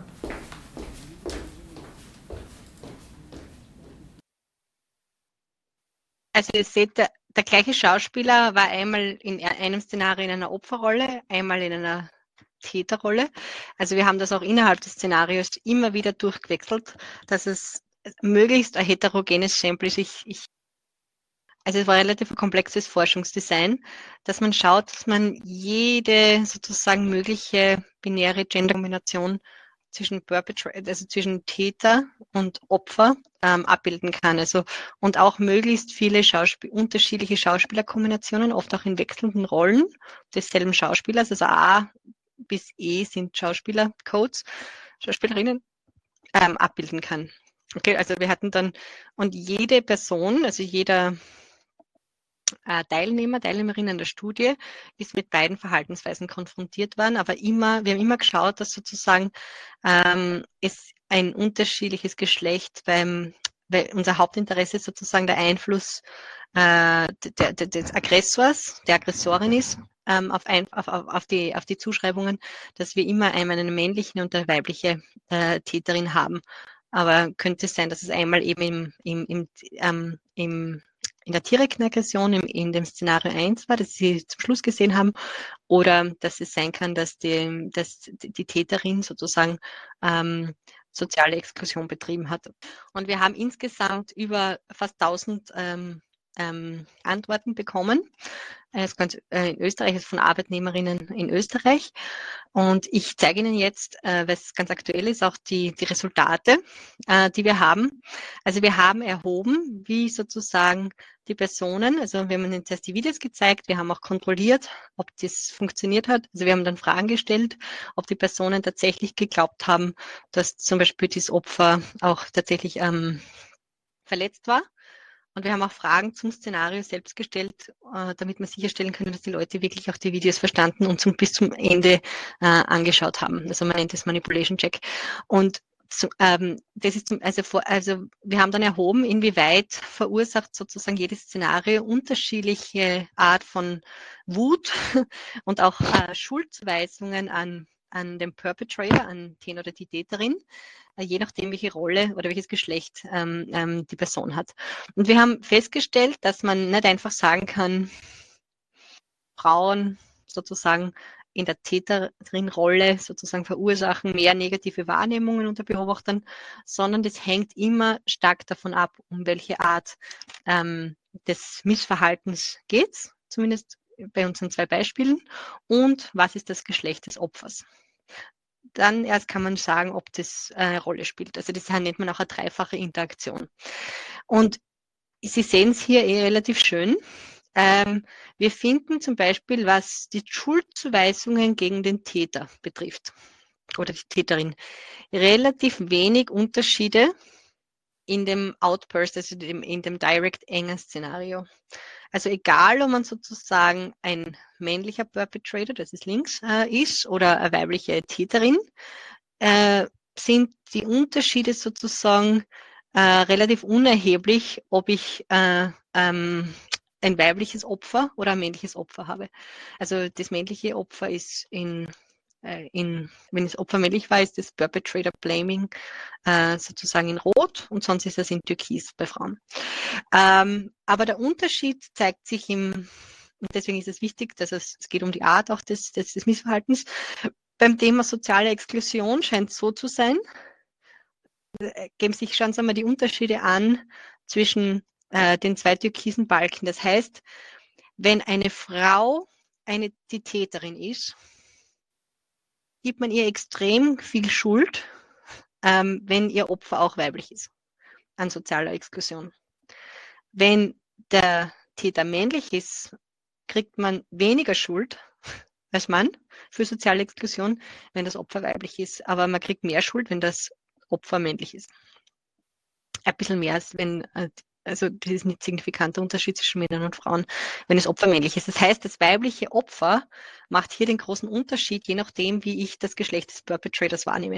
Also ihr seht, der gleiche Schauspieler war einmal in einem Szenario in einer Opferrolle, einmal in einer Täterrolle. Also wir haben das auch innerhalb des Szenarios immer wieder durchgewechselt, dass es möglichst ein heterogenes Sample ist. Also es war relativ ein komplexes Forschungsdesign, dass man schaut, dass man jede sozusagen mögliche binäre Gender-Kombination zwischen also zwischen Täter und Opfer abbilden kann. Also und auch möglichst viele unterschiedliche Schauspielerkombinationen, oft auch in wechselnden Rollen desselben Schauspielers. Also A bis E sind Schauspielercodes, Schauspielerinnen abbilden kann. Okay, also wir hatten dann und jede Person, also jeder Teilnehmerin an der Studie ist mit beiden Verhaltensweisen konfrontiert worden, aber wir haben immer geschaut, dass sozusagen es ein unterschiedliches Geschlecht weil unser Hauptinteresse sozusagen der Einfluss des Aggressors, der Aggressorin ist, auf die Zuschreibungen, dass wir immer einmal eine männliche und eine weibliche Täterin haben. Aber könnte es sein, dass es einmal eben in der direkten Aggression in dem Szenario 1 war, das Sie zum Schluss gesehen haben, oder dass es sein kann, dass die Täterin sozusagen soziale Exklusion betrieben hat. Und wir haben insgesamt über fast 1000 Antworten bekommen. In Österreich ist von Arbeitnehmerinnen in Österreich. Und ich zeige Ihnen jetzt, weil es ganz aktuell ist, auch die Resultate, die wir haben. Also wir haben erhoben, wie sozusagen die Personen, also wir haben Ihnen zuerst die Videos gezeigt, wir haben auch kontrolliert, ob das funktioniert hat. Also wir haben dann Fragen gestellt, ob die Personen tatsächlich geglaubt haben, dass zum Beispiel das Opfer auch tatsächlich verletzt war. Und wir haben auch Fragen zum Szenario selbst gestellt, damit wir sicherstellen können, dass die Leute wirklich auch die Videos verstanden und bis zum Ende angeschaut haben. Also man nennt das Manipulation Check. Und das ist also wir haben dann erhoben, inwieweit verursacht sozusagen jedes Szenario unterschiedliche Art von Wut und auch Schuldzuweisungen an den Perpetrator, an den oder die Täterin, je nachdem, welche Rolle oder welches Geschlecht die Person hat. Und wir haben festgestellt, dass man nicht einfach sagen kann, Frauen sozusagen in der Täterin-Rolle sozusagen verursachen mehr negative Wahrnehmungen unter Beobachtern, sondern das hängt immer stark davon ab, um welche Art des Missverhaltens geht es. Zumindest bei unseren 2 Beispielen und was ist das Geschlecht des Opfers. Dann erst kann man sagen, ob das eine Rolle spielt. Also das nennt man auch eine dreifache Interaktion. Und Sie sehen es hier relativ schön. Wir finden zum Beispiel, was die Schuldzuweisungen gegen den Täter betrifft oder die Täterin, relativ wenig Unterschiede in dem Outburst, also in dem Direct-Anger-Szenario. Also egal, ob man sozusagen ein männlicher Perpetrator, das ist links, ist oder eine weibliche Täterin, sind die Unterschiede sozusagen relativ unerheblich, ob ich ein weibliches Opfer oder ein männliches Opfer habe. Also das männliche Opfer ist wenn das Opfer männlich war, ist das Perpetrator Blaming sozusagen in Rot und sonst ist das in Türkis bei Frauen. Aber der Unterschied zeigt sich und deswegen ist es wichtig, dass es geht um die Art auch des Missverhaltens. Beim Thema soziale Exklusion scheint es so zu sein, schauen Sie mal die Unterschiede an zwischen den 2 türkisen Balken. Das heißt, wenn eine Frau die Täterin ist, gibt man ihr extrem viel Schuld, wenn ihr Opfer auch weiblich ist, an sozialer Exklusion. Wenn der Täter männlich ist, kriegt man weniger Schuld als Mann für soziale Exklusion, wenn das Opfer weiblich ist. Aber man kriegt mehr Schuld, wenn das Opfer männlich ist. Ein bisschen mehr, als wenn, also das ist ein signifikanter Unterschied zwischen Männern und Frauen, wenn das Opfer männlich ist. Das heißt, das weibliche Opfer macht hier den großen Unterschied, je nachdem, wie ich das Geschlecht des Perpetrators wahrnehme.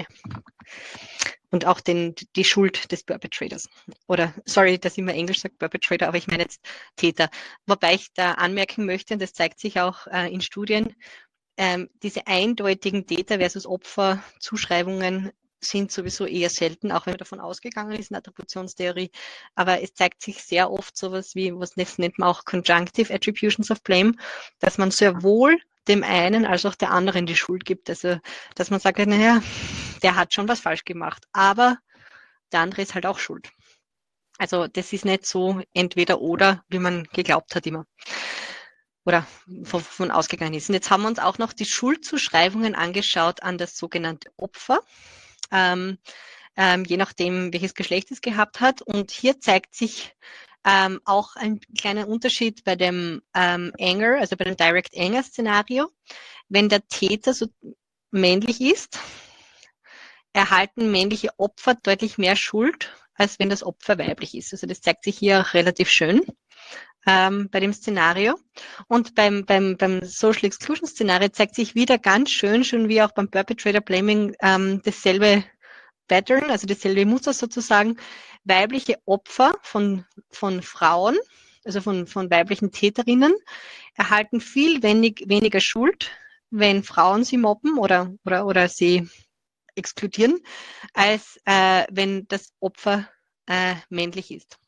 Und auch die Schuld des Perpetrators. Oder, sorry, dass ich immer Englisch sage, Perpetrator, aber ich meine jetzt Täter. Wobei ich da anmerken möchte, und das zeigt sich auch in Studien, diese eindeutigen Täter versus Opfer Zuschreibungen sind sowieso eher selten, auch wenn man davon ausgegangen ist in der Attributionstheorie. Aber es zeigt sich sehr oft sowas wie, was nennt man auch Conjunctive Attributions of Blame, dass man sehr wohl dem einen als auch der anderen die Schuld gibt. Also, dass man sagt, naja, der hat schon was falsch gemacht, aber der andere ist halt auch schuld. Also das ist nicht so entweder oder, wie man geglaubt hat immer. Oder von ausgegangen ist. Und jetzt haben wir uns auch noch die Schuldzuschreibungen angeschaut an das sogenannte Opfer, je nachdem, welches Geschlecht es gehabt hat. Und hier zeigt sich auch ein kleiner Unterschied bei dem Anger, also bei dem Direct Anger Szenario. Wenn der Täter so männlich ist, erhalten männliche Opfer deutlich mehr Schuld, als wenn das Opfer weiblich ist. Also das zeigt sich hier auch relativ schön bei dem Szenario. Und beim Social Exclusion Szenario zeigt sich wieder ganz schön, schon wie auch beim Perpetrator Blaming, dasselbe Pattern, also dasselbe Muster sozusagen. Weibliche Opfer von Frauen, also von weiblichen Täterinnen, erhalten viel weniger Schuld, wenn Frauen sie mobben oder sie exkludieren, als wenn das Opfer männlich ist.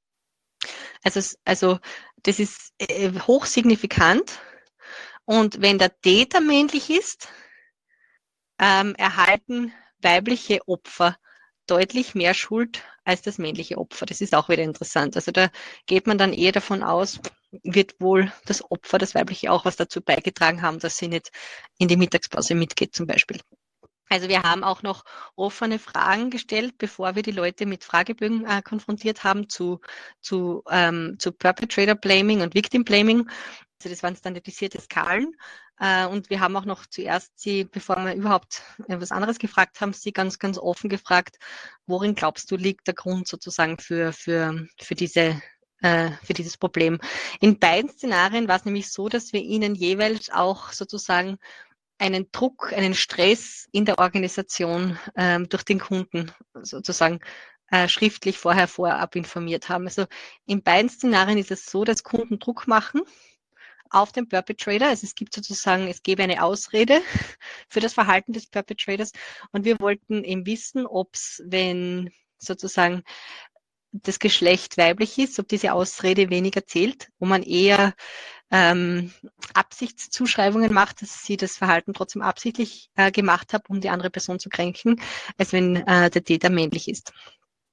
Also das ist hochsignifikant. Und wenn der Täter männlich ist, erhalten weibliche Opfer deutlich mehr Schuld als das männliche Opfer. Das ist auch wieder interessant. Also da geht man dann eher davon aus, wird wohl das Opfer, das weibliche, auch was dazu beigetragen haben, dass sie nicht in die Mittagspause mitgeht zum Beispiel. Also wir haben auch noch offene Fragen gestellt, bevor wir die Leute mit Fragebögen konfrontiert haben zu Perpetrator Blaming und Victim Blaming. Also das waren standardisierte Skalen. Und wir haben auch noch zuerst sie, bevor wir überhaupt etwas anderes gefragt haben, sie ganz, ganz offen gefragt, worin glaubst du, liegt der Grund sozusagen für dieses Problem. In beiden Szenarien war es nämlich so, dass wir ihnen jeweils auch sozusagen einen Druck, einen Stress in der Organisation durch den Kunden sozusagen schriftlich vorab informiert haben. Also in beiden Szenarien ist es so, dass Kunden Druck machen auf den Perpetrator. Also es gäbe eine Ausrede für das Verhalten des Perpetrators. Und wir wollten eben wissen, ob es, wenn sozusagen das Geschlecht weiblich ist, ob diese Ausrede weniger zählt, wo man eher Absichtszuschreibungen macht, dass sie das Verhalten trotzdem absichtlich gemacht hat, um die andere Person zu kränken, als wenn der Täter männlich ist.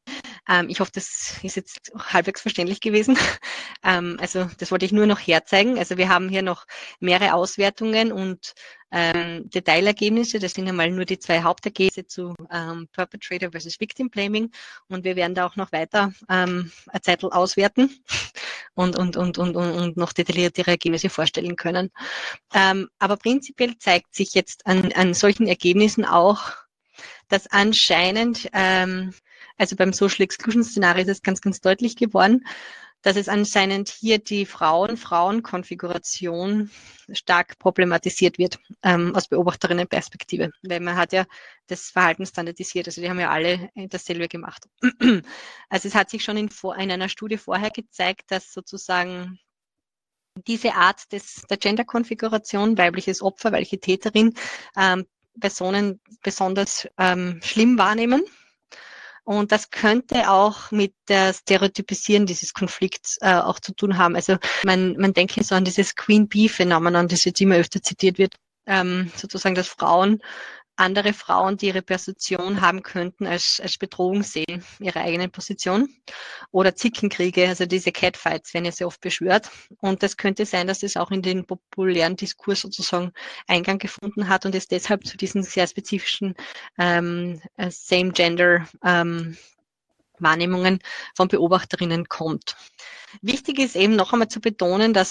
Ich hoffe, das ist jetzt halbwegs verständlich gewesen. Also das wollte ich nur noch herzeigen. Also wir haben hier noch mehrere Auswertungen und Detailergebnisse. Das sind einmal nur die 2 Hauptergebnisse zu Perpetrator versus Victim Blaming. Und wir werden da auch noch weiter eine Zeitl auswerten und noch detailliertere Ergebnisse vorstellen können. Aber prinzipiell zeigt sich jetzt an solchen Ergebnissen auch, dass anscheinend, also beim Social Exclusion Szenario ist es ganz, ganz deutlich geworden, dass es anscheinend hier die Frauen-Konfiguration stark problematisiert wird aus Beobachterinnenperspektive, weil man hat ja das Verhalten standardisiert, also die haben ja alle dasselbe gemacht. Also es hat sich schon in einer Studie vorher gezeigt, dass sozusagen diese Art der Gender-Konfiguration, weibliches Opfer, weibliche Täterin, Personen besonders schlimm wahrnehmen. Und das könnte auch mit der Stereotypisieren dieses Konflikts auch zu tun haben. Also man denke so an dieses Queen Bee-Phänomenon, das jetzt immer öfter zitiert wird, sozusagen, dass andere Frauen, die ihre Position haben könnten, als Bedrohung sehen, ihre eigene Position. Oder Zickenkriege, also diese Catfights werden ja sehr oft beschwört. Und das könnte sein, dass das auch in den populären Diskurs sozusagen Eingang gefunden hat und es deshalb zu diesen sehr spezifischen Same-Gender Wahrnehmungen von Beobachterinnen kommt. Wichtig ist eben noch einmal zu betonen, dass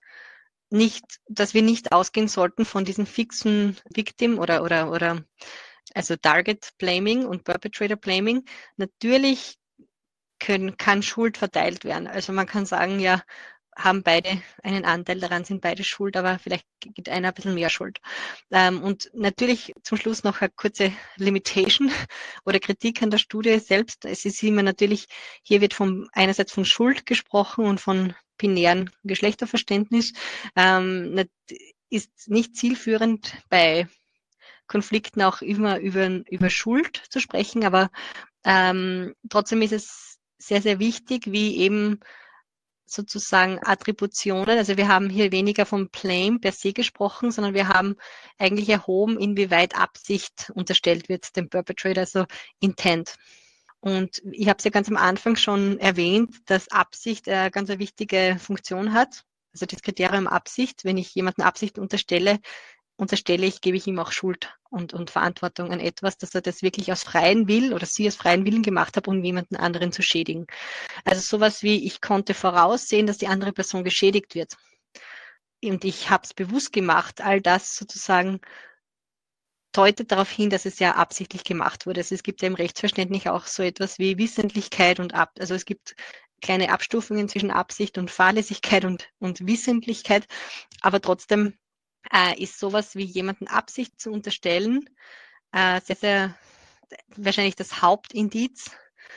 wir nicht ausgehen sollten von diesen fixen Victim oder also Target Blaming und Perpetrator Blaming. Natürlich kann Schuld verteilt werden. Also man kann sagen, ja, haben beide einen Anteil daran, sind beide schuld, aber vielleicht gibt einer ein bisschen mehr Schuld. Und natürlich zum Schluss noch eine kurze Limitation oder Kritik an der Studie selbst. Es ist immer natürlich, hier wird einerseits von Schuld gesprochen und von binären Geschlechterverständnis, ist nicht zielführend bei Konflikten auch immer über Schuld zu sprechen, aber trotzdem ist es sehr, sehr wichtig, wie eben sozusagen Attributionen. Also wir haben hier weniger vom Blame per se gesprochen, sondern wir haben eigentlich erhoben, inwieweit Absicht unterstellt wird dem Perpetrator, also Intent. Und ich habe es ja ganz am Anfang schon erwähnt, dass Absicht eine ganz wichtige Funktion hat. Also das Kriterium Absicht, wenn ich jemanden Absicht unterstelle ich, gebe ich ihm auch Schuld und Verantwortung an etwas, dass er das wirklich aus freien Willen oder sie aus freien Willen gemacht hat, um jemanden anderen zu schädigen. Also sowas wie, ich konnte voraussehen, dass die andere Person geschädigt wird. Und ich habe es bewusst gemacht, all das sozusagen deutet darauf hin, dass es ja absichtlich gemacht wurde. Also es gibt ja im Rechtsverständnis auch so etwas wie Wissentlichkeit also es gibt kleine Abstufungen zwischen Absicht und Fahrlässigkeit und Wissentlichkeit, aber trotzdem ist sowas wie jemanden Absicht zu unterstellen, sehr, sehr wahrscheinlich das Hauptindiz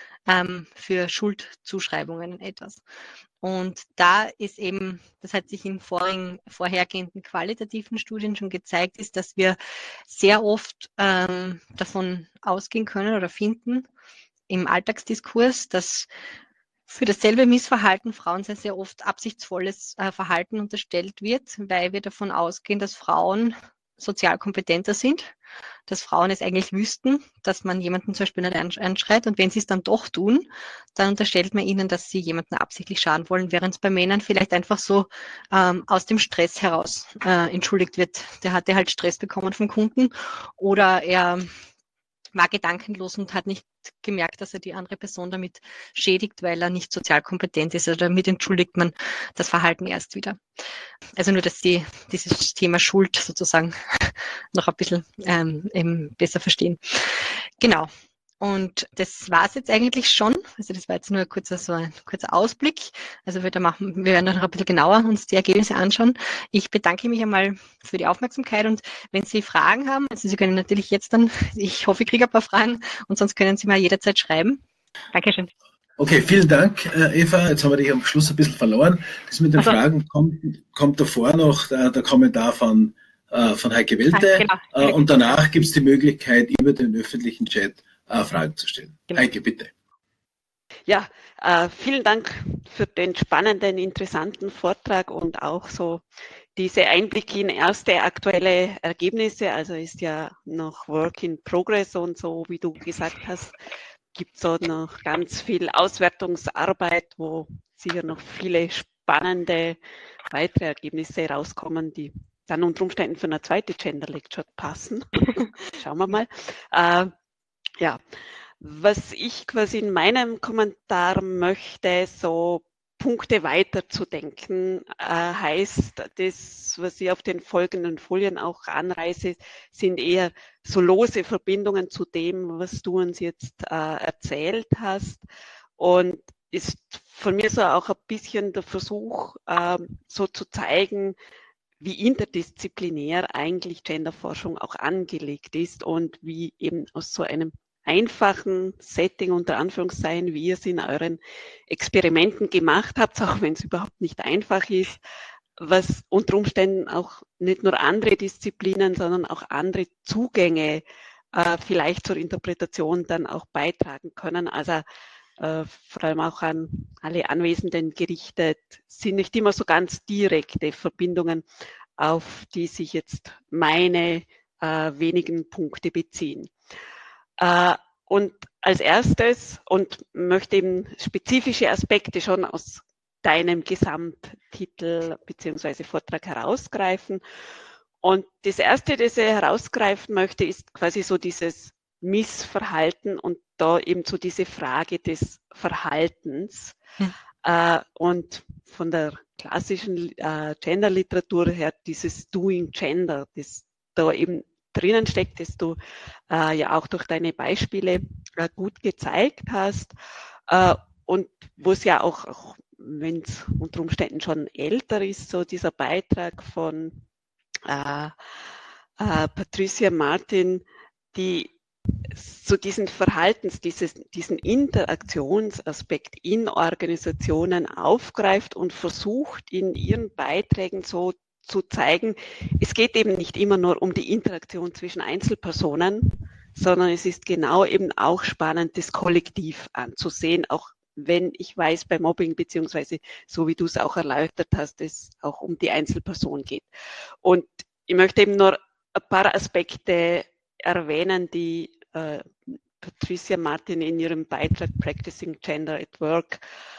für Schuldzuschreibungen etwas. Und da ist eben, das hat sich in vorhergehenden qualitativen Studien schon gezeigt, ist, dass wir sehr oft davon ausgehen können oder finden im Alltagsdiskurs, dass für dasselbe Missverhalten Frauen sehr, sehr oft absichtsvolles Verhalten unterstellt wird, weil wir davon ausgehen, dass Frauen sozial kompetenter sind, dass Frauen es eigentlich wüssten, dass man jemanden zum Beispiel nicht anschreit und wenn sie es dann doch tun, dann unterstellt man ihnen, dass sie jemanden absichtlich schaden wollen, während es bei Männern vielleicht einfach so aus dem Stress heraus entschuldigt wird. Der hatte halt Stress bekommen vom Kunden oder er war gedankenlos und hat nicht gemerkt, dass er die andere Person damit schädigt, weil er nicht sozial kompetent ist. Also damit entschuldigt man das Verhalten erst wieder. Also nur, dass Sie dieses Thema Schuld sozusagen noch ein bisschen eben besser verstehen. Genau. Und das war es jetzt eigentlich schon. Also das war jetzt nur ein kurzer Ausblick. Also wir werden dann noch ein bisschen genauer uns die Ergebnisse anschauen. Ich bedanke mich einmal für die Aufmerksamkeit und wenn Sie Fragen haben, also Sie können natürlich jetzt dann, ich hoffe, ich kriege ein paar Fragen und sonst können Sie mir jederzeit schreiben. Dankeschön. Okay, vielen Dank, Eva. Jetzt haben wir dich am Schluss ein bisschen verloren. Das mit den Fragen kommt davor noch der Kommentar von Heike Welte. Genau. Und danach gibt es die Möglichkeit, über den öffentlichen Chat Fragen zu stellen. Genau. Heike, bitte. Ja, vielen Dank für den spannenden, interessanten Vortrag und auch so diese Einblicke in erste aktuelle Ergebnisse. Also ist ja noch Work in Progress und so, wie du gesagt hast. gibt es auch noch ganz viel Auswertungsarbeit, wo sicher noch viele spannende weitere Ergebnisse rauskommen, die dann unter Umständen für eine zweite Gender Lecture passen. Schauen wir mal. Ja, was ich quasi in meinem Kommentar möchte, so Punkte weiterzudenken, heißt, das, was ich auf den folgenden Folien auch anreiße, sind eher so lose Verbindungen zu dem, was du uns jetzt erzählt hast, und ist von mir so auch ein bisschen der Versuch, so zu zeigen, wie interdisziplinär eigentlich Genderforschung auch angelegt ist und wie eben aus so einem einfachen Setting unter Anführungszeichen, wie ihr es in euren Experimenten gemacht habt, auch wenn es überhaupt nicht einfach ist, was unter Umständen auch nicht nur andere Disziplinen, sondern auch andere Zugänge vielleicht zur Interpretation dann auch beitragen können. Also vor allem auch an alle Anwesenden gerichtet, sind nicht immer so ganz direkte Verbindungen, auf die sich jetzt meine wenigen Punkte beziehen. Und als erstes, und möchte eben spezifische Aspekte schon aus deinem Gesamttitel bzw. Vortrag herausgreifen. Und das erste, das ich herausgreifen möchte, ist quasi so dieses Missverhalten und da eben so diese Frage des Verhaltens. Und von der klassischen Gender-Literatur her dieses Doing Gender, das da eben drinnen steckt, das du ja auch durch deine Beispiele gut gezeigt hast, und wo es ja auch wenn es unter Umständen schon älter ist, so dieser Beitrag von Patricia Martin, die so diesen diesen Interaktionsaspekt in Organisationen aufgreift und versucht, in ihren Beiträgen so zu zeigen, es geht eben nicht immer nur um die Interaktion zwischen Einzelpersonen, sondern es ist genau eben auch spannend, das Kollektiv anzusehen, auch wenn ich weiß, bei Mobbing, beziehungsweise so wie du es auch erläutert hast, es auch um die Einzelperson geht. Und ich möchte eben nur ein paar Aspekte erwähnen, die Patricia Martin in ihrem Beitrag Practicing Gender at Work,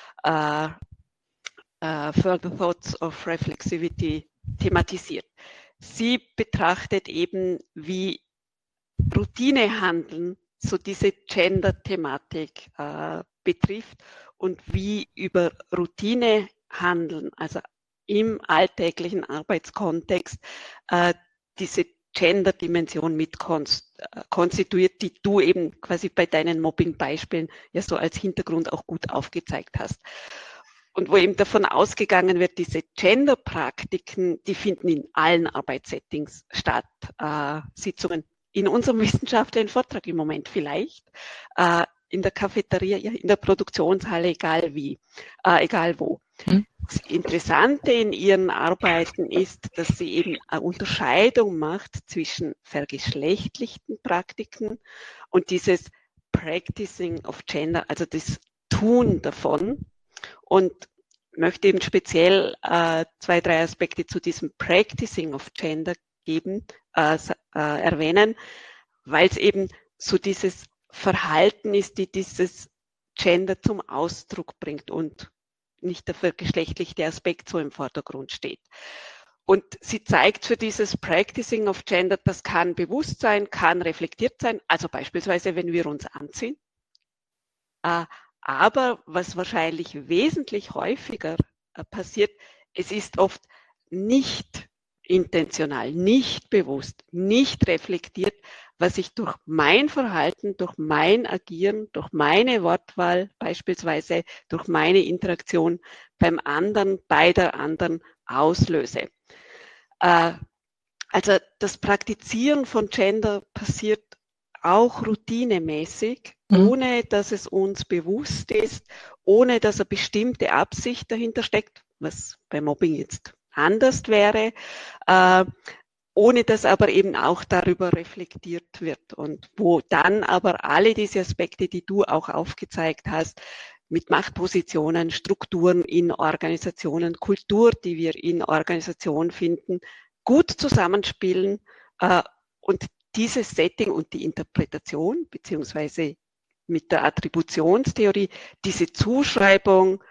Further Thoughts of Reflexivity thematisiert. Sie betrachtet eben, wie Routinehandeln so diese Gender-Thematik betrifft und wie über Routinehandeln, also im alltäglichen Arbeitskontext, diese Gender-Dimension mit konstituiert, die du eben quasi bei deinen Mobbing-Beispielen ja so als Hintergrund auch gut aufgezeigt hast. Und wo eben davon ausgegangen wird, diese Gender-Praktiken, die finden in allen Arbeitssettings statt. Sitzungen in unserem wissenschaftlichen Vortrag im Moment vielleicht, in der Cafeteria, in der Produktionshalle, egal wie, egal wo. Das Interessante in ihren Arbeiten ist, dass sie eben eine Unterscheidung macht zwischen vergeschlechtlichten Praktiken und dieses Practicing of Gender, also das Tun davon. Und möchte eben speziell 2, 3 Aspekte zu diesem Practicing of Gender erwähnen, weil es eben so dieses Verhalten ist, die dieses Gender zum Ausdruck bringt und nicht der vergeschlechtlichte Aspekt so im Vordergrund steht. Und sie zeigt für dieses Practicing of Gender, das kann bewusst sein, kann reflektiert sein, also beispielsweise, wenn wir uns anziehen. Aber was wahrscheinlich wesentlich häufiger passiert, es ist oft nicht intentional, nicht bewusst, nicht reflektiert, was ich durch mein Verhalten, durch mein Agieren, durch meine Wortwahl beispielsweise, durch meine Interaktion beim anderen, bei der anderen auslöse. Also das Praktizieren von Gender passiert auch routinemäßig, ohne dass es uns bewusst ist, ohne dass eine bestimmte Absicht dahinter steckt, was bei Mobbing jetzt anders wäre, ohne dass aber eben auch darüber reflektiert wird und wo dann aber alle diese Aspekte, die du auch aufgezeigt hast, mit Machtpositionen, Strukturen in Organisationen, Kultur, die wir in Organisationen finden, gut zusammenspielen und dieses Setting und die Interpretation beziehungsweise mit der Attributionstheorie diese Zuschreibung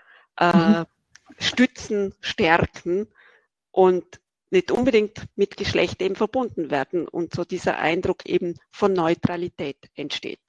stützen, stärken und nicht unbedingt mit Geschlecht eben verbunden werden und so dieser Eindruck eben von Neutralität entsteht.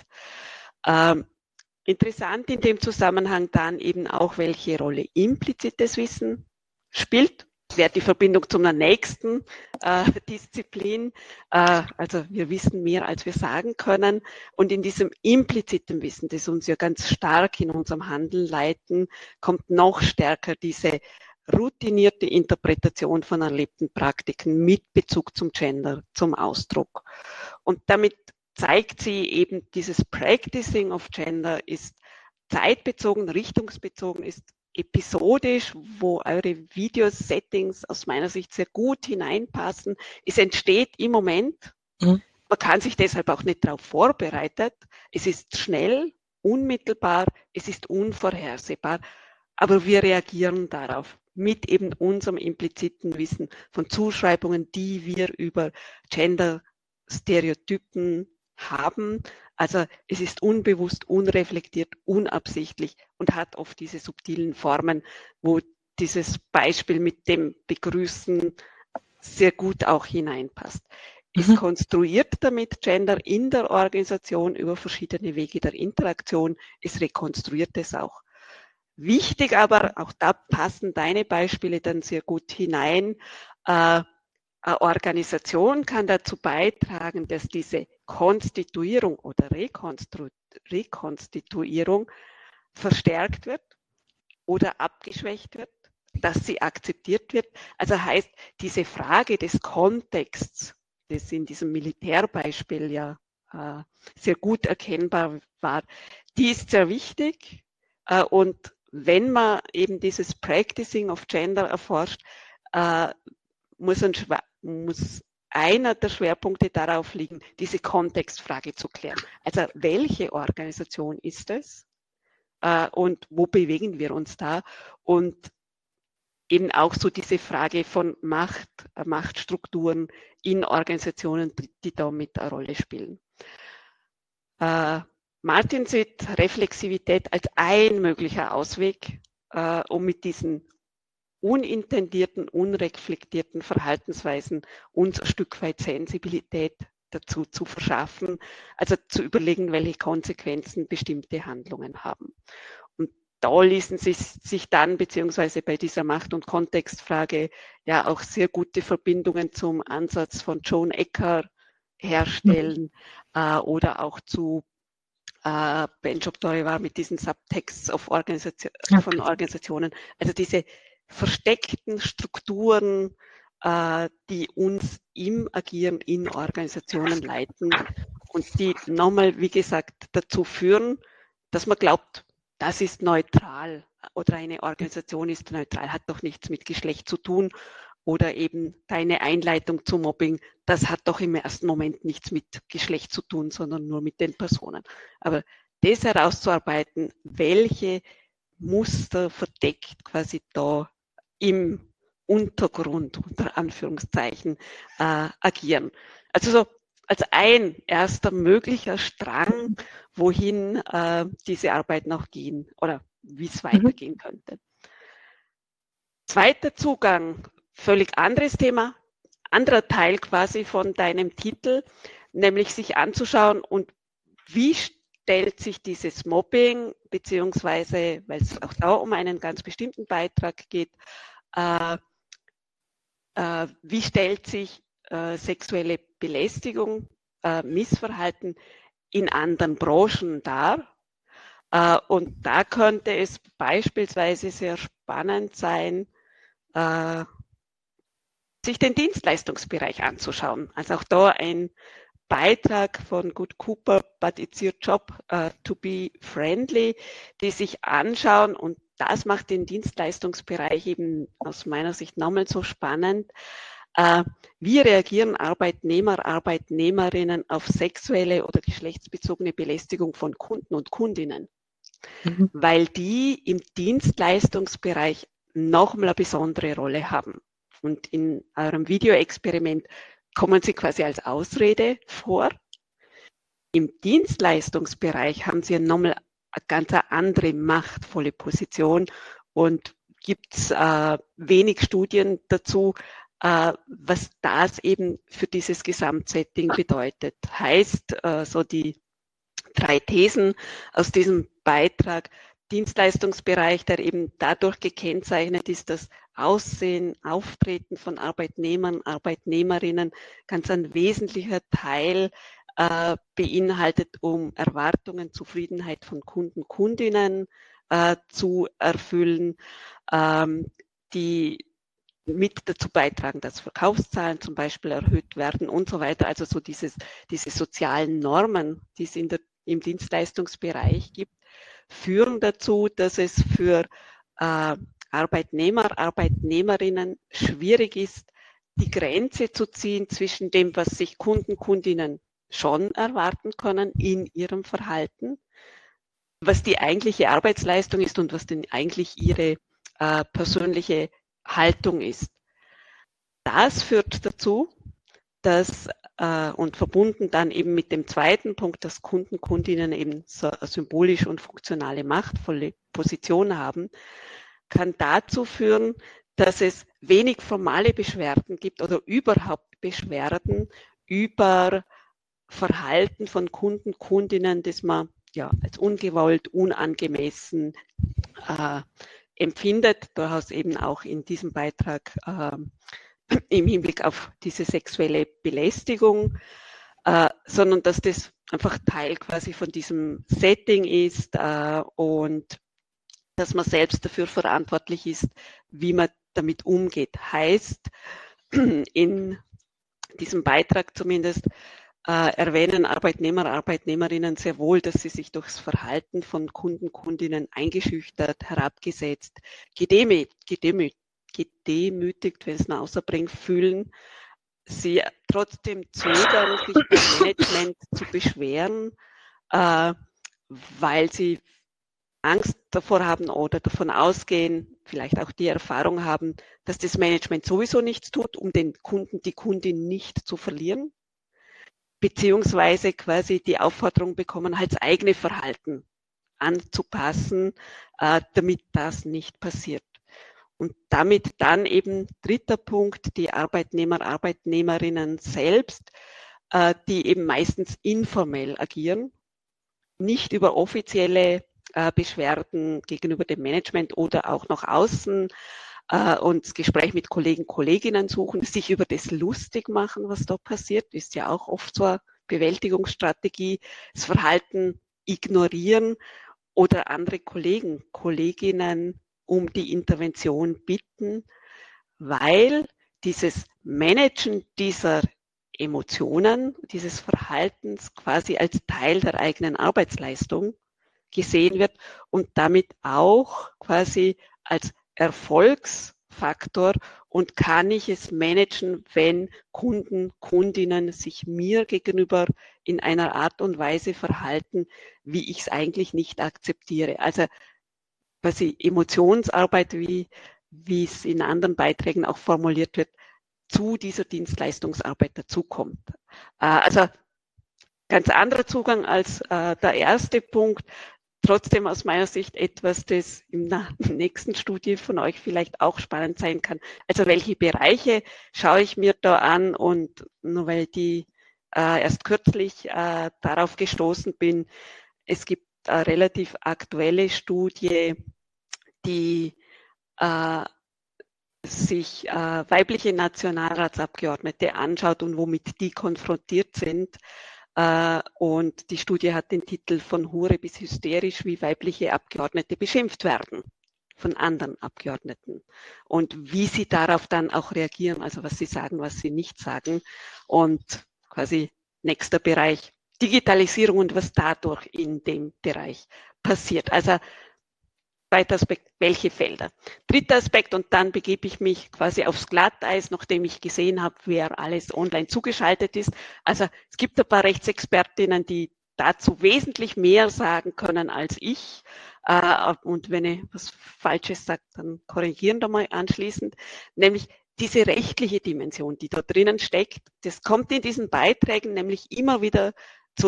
Interessant in dem Zusammenhang dann eben auch, welche Rolle implizites Wissen spielt. Das wäre die Verbindung zu einer nächsten Disziplin. Also wir wissen mehr, als wir sagen können. Und in diesem impliziten Wissen, das uns ja ganz stark in unserem Handeln leiten, kommt noch stärker diese routinierte Interpretation von erlebten Praktiken mit Bezug zum Gender zum Ausdruck. Und damit zeigt sie eben, dieses Practicing of Gender ist zeitbezogen, richtungsbezogen, ist episodisch, wo eure Videosettings aus meiner Sicht sehr gut hineinpassen. Es entsteht im Moment. Man kann sich deshalb auch nicht darauf vorbereiten. Es ist schnell, unmittelbar, es ist unvorhersehbar, aber wir reagieren darauf mit eben unserem impliziten Wissen von Zuschreibungen, die wir über Gender-Stereotypen haben. Also es ist unbewusst, unreflektiert, unabsichtlich und hat oft diese subtilen Formen, wo dieses Beispiel mit dem Begrüßen sehr gut auch hineinpasst. Es konstruiert damit Gender in der Organisation über verschiedene Wege der Interaktion. Es rekonstruiert es auch. Wichtig aber, auch da passen deine Beispiele dann sehr gut hinein, eine Organisation kann dazu beitragen, dass diese Konstituierung oder Rekonstituierung verstärkt wird oder abgeschwächt wird, dass sie akzeptiert wird. Also heißt, diese Frage des Kontexts, das in diesem Militärbeispiel ja sehr gut erkennbar war, die ist sehr wichtig. Und wenn man eben dieses Practicing of Gender erforscht, muss einer der Schwerpunkte darauf liegen, diese Kontextfrage zu klären. Also welche Organisation ist es und wo bewegen wir uns da? Und eben auch so diese Frage von Machtstrukturen in Organisationen, die da mit eine Rolle spielen. Martin sieht Reflexivität als ein möglicher Ausweg, um mit diesen unintendierten, unreflektierten Verhaltensweisen uns ein Stück weit Sensibilität dazu zu verschaffen, also zu überlegen, welche Konsequenzen bestimmte Handlungen haben. Und da ließen sich dann beziehungsweise bei dieser Macht- und Kontextfrage ja auch sehr gute Verbindungen zum Ansatz von Joan Ecker herstellen oder auch zu Benjob Dorivar mit diesen Subtexts von Organisationen, also diese versteckten Strukturen, die uns im Agieren in Organisationen leiten und die nochmal, wie gesagt, dazu führen, dass man glaubt, das ist neutral oder eine Organisation ist neutral, hat doch nichts mit Geschlecht zu tun oder eben deine Einleitung zu Mobbing, das hat doch im ersten Moment nichts mit Geschlecht zu tun, sondern nur mit den Personen. Aber das herauszuarbeiten, welche Muster verdeckt quasi da im Untergrund, unter Anführungszeichen, agieren. Also so als ein erster möglicher Strang, wohin diese Arbeit noch gehen oder wie es weitergehen könnte. Zweiter Zugang, völlig anderes Thema, anderer Teil quasi von deinem Titel, nämlich sich anzuschauen und wie stellt sich dieses Mobbing, beziehungsweise, weil es auch da um einen ganz bestimmten Beitrag geht, wie stellt sich sexuelle Belästigung, Missverhalten in anderen Branchen dar? Und da könnte es beispielsweise sehr spannend sein, sich den Dienstleistungsbereich anzuschauen. Also auch da ein Beitrag von Good Cooper, but it's your job to be friendly, die sich anschauen, und das macht den Dienstleistungsbereich eben aus meiner Sicht nochmal so spannend. Wie reagieren Arbeitnehmer, Arbeitnehmerinnen auf sexuelle oder geschlechtsbezogene Belästigung von Kunden und Kundinnen? Weil die im Dienstleistungsbereich nochmal eine besondere Rolle haben. Und in eurem Videoexperiment kommen sie quasi als Ausrede vor. Im Dienstleistungsbereich haben sie nochmal eine ganz andere machtvolle Position und gibt es wenig Studien dazu, was das eben für dieses Gesamtsetting bedeutet. Heißt, so die 3 Thesen aus diesem Beitrag: Dienstleistungsbereich, der eben dadurch gekennzeichnet ist, dass Aussehen, Auftreten von Arbeitnehmern, Arbeitnehmerinnen ganz ein wesentlicher Teil beinhaltet, um Erwartungen, Zufriedenheit von Kunden, Kundinnen zu erfüllen, die mit dazu beitragen, dass Verkaufszahlen zum Beispiel erhöht werden und so weiter. Also so diese sozialen Normen, die es im Dienstleistungsbereich gibt, führen dazu, dass es für Arbeitnehmer, Arbeitnehmerinnen schwierig ist, die Grenze zu ziehen zwischen dem, was sich Kunden, Kundinnen schon erwarten können in ihrem Verhalten, was die eigentliche Arbeitsleistung ist und was denn eigentlich ihre persönliche Haltung ist. Das führt dazu, dass und verbunden dann eben mit dem zweiten Punkt, dass Kunden, Kundinnen eben so eine symbolisch und funktionale machtvolle Position haben, kann dazu führen, dass es wenig formale Beschwerden gibt oder überhaupt Beschwerden über Verhalten von Kunden, Kundinnen, das man ja als ungewollt, unangemessen empfindet, durchaus eben auch in diesem Beitrag im Hinblick auf diese sexuelle Belästigung, sondern dass das einfach Teil quasi von diesem Setting ist und dass man selbst dafür verantwortlich ist, wie man damit umgeht. Heißt, in diesem Beitrag zumindest erwähnen Arbeitnehmer, Arbeitnehmerinnen sehr wohl, dass sie sich durchs Verhalten von Kunden, Kundinnen eingeschüchtert, herabgesetzt, gedemütigt, wenn es nach außen bringt, fühlen. Sie trotzdem zögern, sich beim Management zu beschweren, weil sie Angst davor haben oder davon ausgehen, vielleicht auch die Erfahrung haben, dass das Management sowieso nichts tut, um den Kunden, die Kundin nicht zu verlieren, beziehungsweise quasi die Aufforderung bekommen, halt das eigene Verhalten anzupassen, damit das nicht passiert. Und damit dann eben dritter Punkt, die Arbeitnehmer, Arbeitnehmerinnen selbst, die eben meistens informell agieren, nicht über offizielle Beschwerden gegenüber dem Management oder auch nach außen und das Gespräch mit Kollegen, Kolleginnen suchen, sich über das lustig machen, was da passiert, ist ja auch oft so eine Bewältigungsstrategie, das Verhalten ignorieren oder andere Kollegen, Kolleginnen um die Intervention bitten, weil dieses Managen dieser Emotionen, dieses Verhaltens quasi als Teil der eigenen Arbeitsleistung gesehen wird und damit auch quasi als Erfolgsfaktor und kann ich es managen, wenn Kunden, Kundinnen sich mir gegenüber in einer Art und Weise verhalten, wie ich es eigentlich nicht akzeptiere. Also quasi Emotionsarbeit, wie es in anderen Beiträgen auch formuliert wird, zu dieser Dienstleistungsarbeit dazukommt. Also ganz anderer Zugang als der erste Punkt. Trotzdem aus meiner Sicht etwas, das in der nächsten Studie von euch vielleicht auch spannend sein kann. Also welche Bereiche schaue ich mir da an und nur weil die erst kürzlich darauf gestoßen bin, es gibt eine relativ aktuelle Studie, die sich weibliche Nationalratsabgeordnete anschaut und womit die konfrontiert sind. Und die Studie hat den Titel Von Hure bis hysterisch, wie weibliche Abgeordnete beschimpft werden von anderen Abgeordneten und wie sie darauf dann auch reagieren, also was sie sagen, was sie nicht sagen. Und quasi nächster Bereich, Digitalisierung und was dadurch in dem Bereich passiert. Also zweiter Aspekt, welche Felder? Dritter Aspekt, und dann begebe ich mich quasi aufs Glatteis, nachdem ich gesehen habe, wer alles online zugeschaltet ist. Also es gibt ein paar Rechtsexpertinnen, die dazu wesentlich mehr sagen können als ich. Und wenn ich was Falsches sage, dann korrigieren da mal anschließend. Nämlich diese rechtliche Dimension, die da drinnen steckt, das kommt in diesen Beiträgen nämlich immer wieder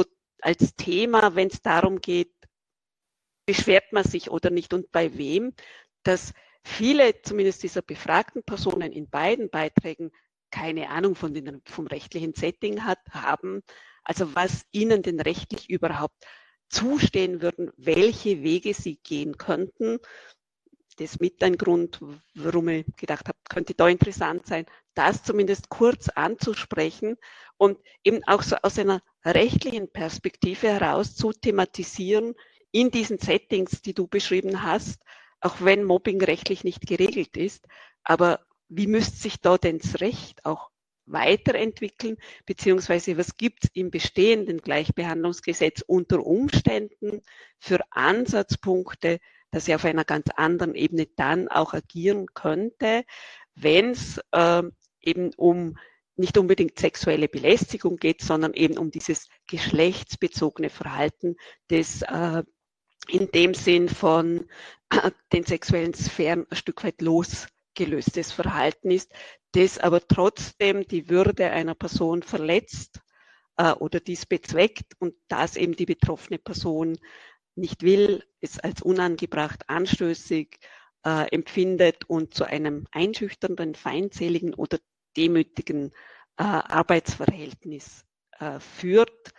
als Thema, wenn es darum geht, beschwert man sich oder nicht und bei wem, dass viele, zumindest dieser befragten Personen in beiden Beiträgen, keine Ahnung vom rechtlichen Setting haben, also was ihnen denn rechtlich überhaupt zustehen würden, welche Wege sie gehen könnten. Das ist mit ein Grund, warum ich gedacht habe, könnte da interessant sein, das zumindest kurz anzusprechen und eben auch so aus einer rechtlichen Perspektive heraus zu thematisieren in diesen Settings, die du beschrieben hast, auch wenn Mobbing rechtlich nicht geregelt ist. Aber wie müsste sich da denn das Recht auch weiterentwickeln, beziehungsweise was gibt es im bestehenden Gleichbehandlungsgesetz unter Umständen für Ansatzpunkte, dass er auf einer ganz anderen Ebene dann auch agieren könnte, wenn es eben um nicht unbedingt sexuelle Belästigung geht, sondern eben um dieses geschlechtsbezogene Verhalten, das in dem Sinn von den sexuellen Sphären ein Stück weit losgelöstes Verhalten ist, das aber trotzdem die Würde einer Person verletzt oder dies bezweckt und das eben die betroffene Person nicht will, es als unangebracht, anstößig empfindet und zu einem einschüchternden, feindseligen oder demütigen Arbeitsverhältnis führt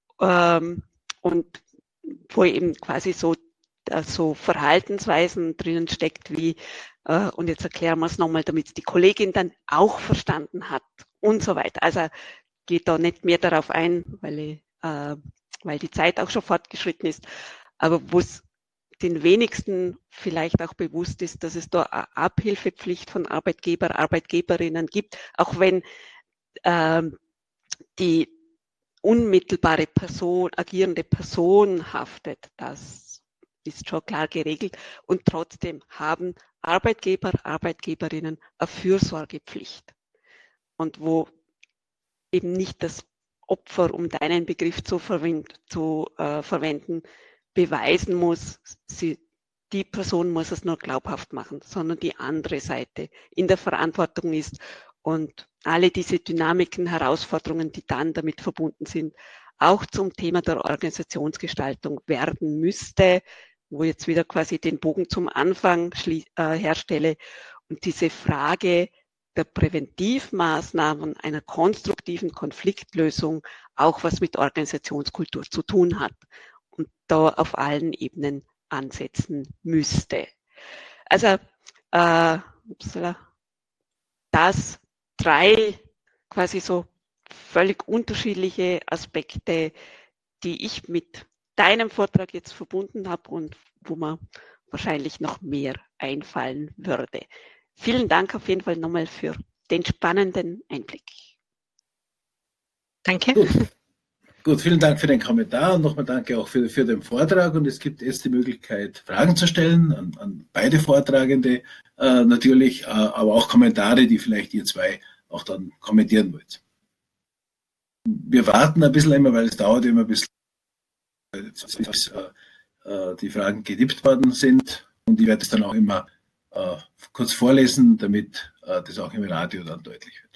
und wo eben quasi so Verhaltensweisen drinnen steckt wie, und jetzt erklären wir es nochmal, damit es die Kollegin dann auch verstanden hat und so weiter. Also geht da nicht mehr darauf ein, weil die Zeit auch schon fortgeschritten ist, aber wo es den wenigsten vielleicht auch bewusst ist, dass es da eine Abhilfepflicht von Arbeitgeber, Arbeitgeberinnen gibt, auch wenn die unmittelbare Person, agierende Person haftet. Das ist schon klar geregelt und trotzdem haben Arbeitgeber, Arbeitgeberinnen eine Fürsorgepflicht. Und wo eben nicht das Opfer, um deinen Begriff zu verwenden, beweisen muss, die Person muss es nur glaubhaft machen, sondern die andere Seite in der Verantwortung ist und alle diese Dynamiken, Herausforderungen, die dann damit verbunden sind, auch zum Thema der Organisationsgestaltung werden müsste, wo jetzt wieder quasi den Bogen zum Anfang herstelle und diese Frage der Präventivmaßnahmen einer konstruktiven Konfliktlösung auch was mit Organisationskultur zu tun hat und da auf allen Ebenen ansetzen müsste. Also das 3 quasi so völlig unterschiedliche Aspekte, die ich mit deinem Vortrag jetzt verbunden habe und wo mir wahrscheinlich noch mehr einfallen würde. Vielen Dank auf jeden Fall nochmal für den spannenden Einblick. Danke. Gut, vielen Dank für den Kommentar und nochmal danke auch für den Vortrag. Und es gibt jetzt die Möglichkeit, Fragen zu stellen an beide Vortragende natürlich, aber auch Kommentare, die vielleicht ihr zwei auch dann kommentieren wollt. Wir warten ein bisschen immer, weil es dauert immer ein bisschen, bis die Fragen getippt worden sind. Und ich werde es dann auch immer kurz vorlesen, damit das auch im Radio dann deutlich wird.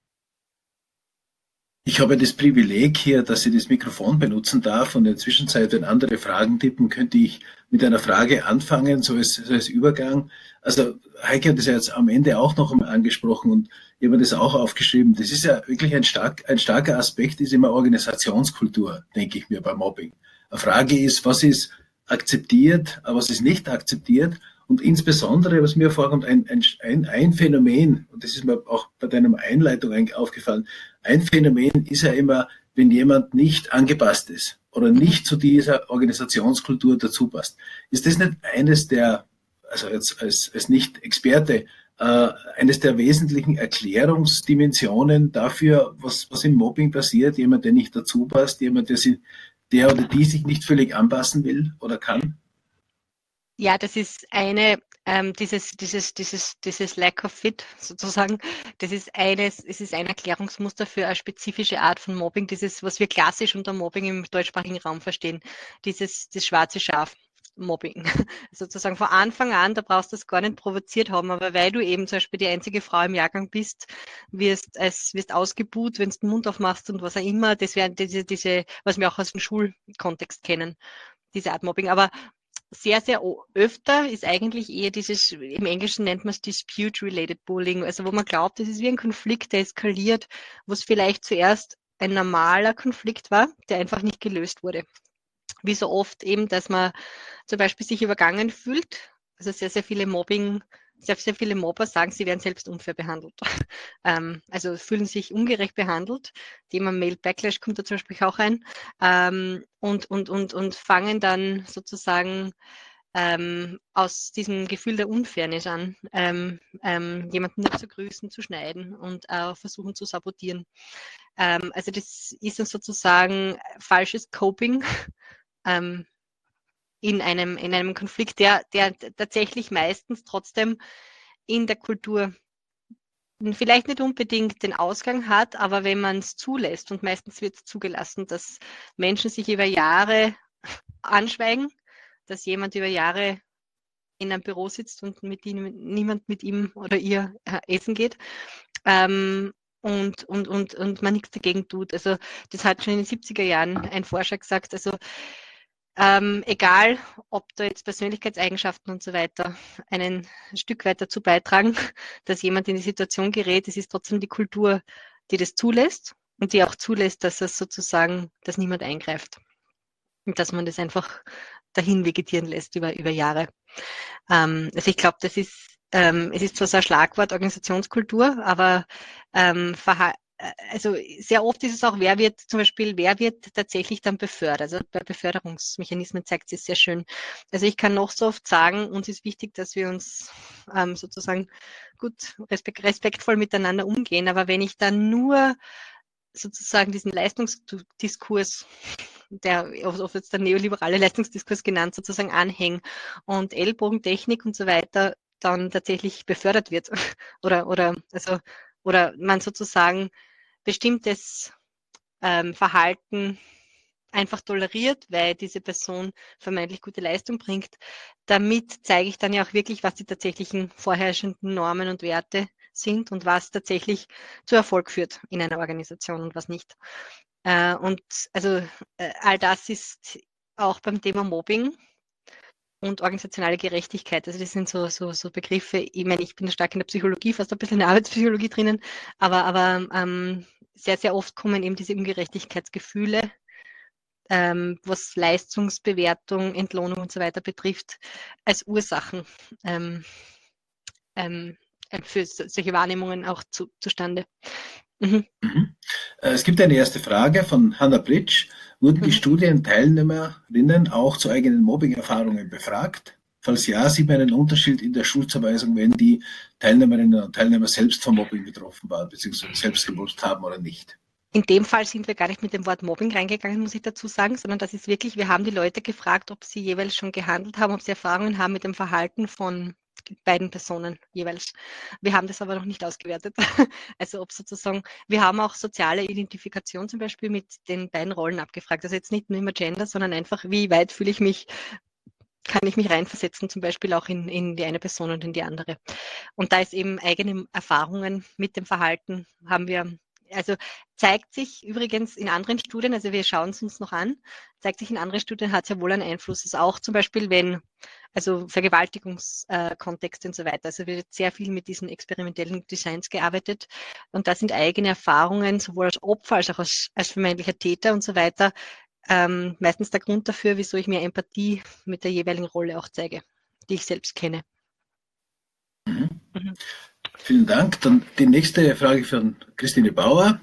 Ich habe das Privileg hier, dass ich das Mikrofon benutzen darf und in der Zwischenzeit, wenn andere Fragen tippen, könnte ich mit einer Frage anfangen, so als Übergang. Also Heike hat das ja jetzt am Ende auch noch einmal angesprochen und ich habe das auch aufgeschrieben. Das ist ja wirklich ein starker Aspekt, ist immer Organisationskultur, denke ich mir, beim Mobbing. Eine Frage ist, was ist akzeptiert, was ist nicht akzeptiert und insbesondere, was mir vorkommt, ein Phänomen, und das ist mir auch bei deiner Einleitung aufgefallen, ein Phänomen ist ja immer, wenn jemand nicht angepasst ist oder nicht zu dieser Organisationskultur dazu passt. Ist das nicht eines der, also jetzt als Nicht-Experte, eines der wesentlichen Erklärungsdimensionen dafür, was im Mobbing passiert? Jemand, der nicht dazu passt, jemand, der oder die sich nicht völlig anpassen will oder kann? Ja, das ist dieses Lack of Fit sozusagen, es ist ein Erklärungsmuster für eine spezifische Art von Mobbing, was wir klassisch unter Mobbing im deutschsprachigen Raum verstehen, das schwarze Schaf. Mobbing. Sozusagen von Anfang an, da brauchst du das gar nicht provoziert haben, aber weil du eben zum Beispiel die einzige Frau im Jahrgang bist, wirst ausgebuht, wenn du den Mund aufmachst und was auch immer. Das wären diese, was wir auch aus dem Schulkontext kennen, diese Art Mobbing. Aber sehr, sehr öfter ist eigentlich eher dieses, im Englischen nennt man es Dispute-Related Bullying, also wo man glaubt, das ist wie ein Konflikt, der eskaliert, wo es vielleicht zuerst ein normaler Konflikt war, der einfach nicht gelöst wurde. Wie so oft eben, dass man zum Beispiel sich übergangen fühlt. Also sehr, sehr viele Mobber sagen, sie werden selbst unfair behandelt. Also fühlen sich ungerecht behandelt. Thema Male Backlash kommt da zum Beispiel auch ein. Und fangen dann sozusagen aus diesem Gefühl der Unfairness an, jemanden nicht zu grüßen, zu schneiden und versuchen zu sabotieren. Also das ist dann sozusagen falsches Coping in einem Konflikt, der tatsächlich meistens trotzdem in der Kultur vielleicht nicht unbedingt den Ausgang hat, aber wenn man es zulässt, und meistens wird es zugelassen, dass Menschen sich über Jahre anschweigen, dass jemand über Jahre in einem Büro sitzt und niemand mit ihm oder ihr essen geht und man nichts dagegen tut. Also das hat schon in den 70er Jahren ein Forscher gesagt, also egal, ob da jetzt Persönlichkeitseigenschaften und so weiter ein Stück weit dazu beitragen, dass jemand in die Situation gerät, es ist trotzdem die Kultur, die das zulässt und die auch zulässt, dass es sozusagen, dass niemand eingreift und dass man das einfach dahin vegetieren lässt über Jahre. Also ich glaube, es ist zwar so ein Schlagwort Organisationskultur, aber also sehr oft ist es auch, wer wird tatsächlich dann befördert. Also bei Beförderungsmechanismen zeigt es sehr schön. Also ich kann noch so oft sagen, uns ist wichtig, dass wir uns sozusagen gut respektvoll miteinander umgehen. Aber wenn ich dann nur sozusagen diesen Leistungsdiskurs, der oft jetzt der neoliberale Leistungsdiskurs genannt, sozusagen anhängen und Ellbogentechnik und so weiter dann tatsächlich befördert wird oder man sozusagen bestimmtes Verhalten einfach toleriert, weil diese Person vermeintlich gute Leistung bringt. Damit zeige ich dann ja auch wirklich, was die tatsächlichen vorherrschenden Normen und Werte sind und was tatsächlich zu Erfolg führt in einer Organisation und was nicht. Und also all das ist auch beim Thema Mobbing und organisationale Gerechtigkeit. Also das sind so Begriffe, ich meine, ich bin stark in der Psychologie, fast ein bisschen in der Arbeitspsychologie drinnen, aber sehr, sehr oft kommen eben diese Ungerechtigkeitsgefühle, was Leistungsbewertung, Entlohnung und so weiter betrifft, als Ursachen für solche Wahrnehmungen auch zustande. Mhm. Es gibt eine erste Frage von Hannah Britsch. Wurden die Studienteilnehmerinnen auch zu eigenen Mobbing-Erfahrungen befragt? Falls ja, sieht man einen Unterschied in der Schulzuweisung, wenn die Teilnehmerinnen und Teilnehmer selbst vom Mobbing betroffen waren, beziehungsweise selbst gemobbt haben oder nicht? In dem Fall sind wir gar nicht mit dem Wort Mobbing reingegangen, muss ich dazu sagen, sondern das ist wirklich, wir haben die Leute gefragt, ob sie jeweils schon gehandelt haben, ob sie Erfahrungen haben mit dem Verhalten von beiden Personen jeweils. Wir haben das aber noch nicht ausgewertet. Also ob sozusagen, wir haben auch soziale Identifikation zum Beispiel mit den beiden Rollen abgefragt. Also jetzt nicht nur immer Gender, sondern einfach, wie weit kann ich mich reinversetzen, zum Beispiel auch in die eine Person und in die andere. Und da ist eben eigene Erfahrungen mit dem Verhalten haben wir. Also zeigt sich übrigens in anderen Studien, also wir schauen es uns noch an, zeigt sich in anderen Studien, hat es ja wohl einen Einfluss. Also auch zum Beispiel, also Vergewaltigungskontexte und so weiter. Also wird sehr viel mit diesen experimentellen Designs gearbeitet. Und da sind eigene Erfahrungen, sowohl als Opfer als auch als vermeintlicher Täter und so weiter, meistens der Grund dafür, wieso ich mir Empathie mit der jeweiligen Rolle auch zeige, die ich selbst kenne. Mhm. Vielen Dank. Dann die nächste Frage von Christine Bauer.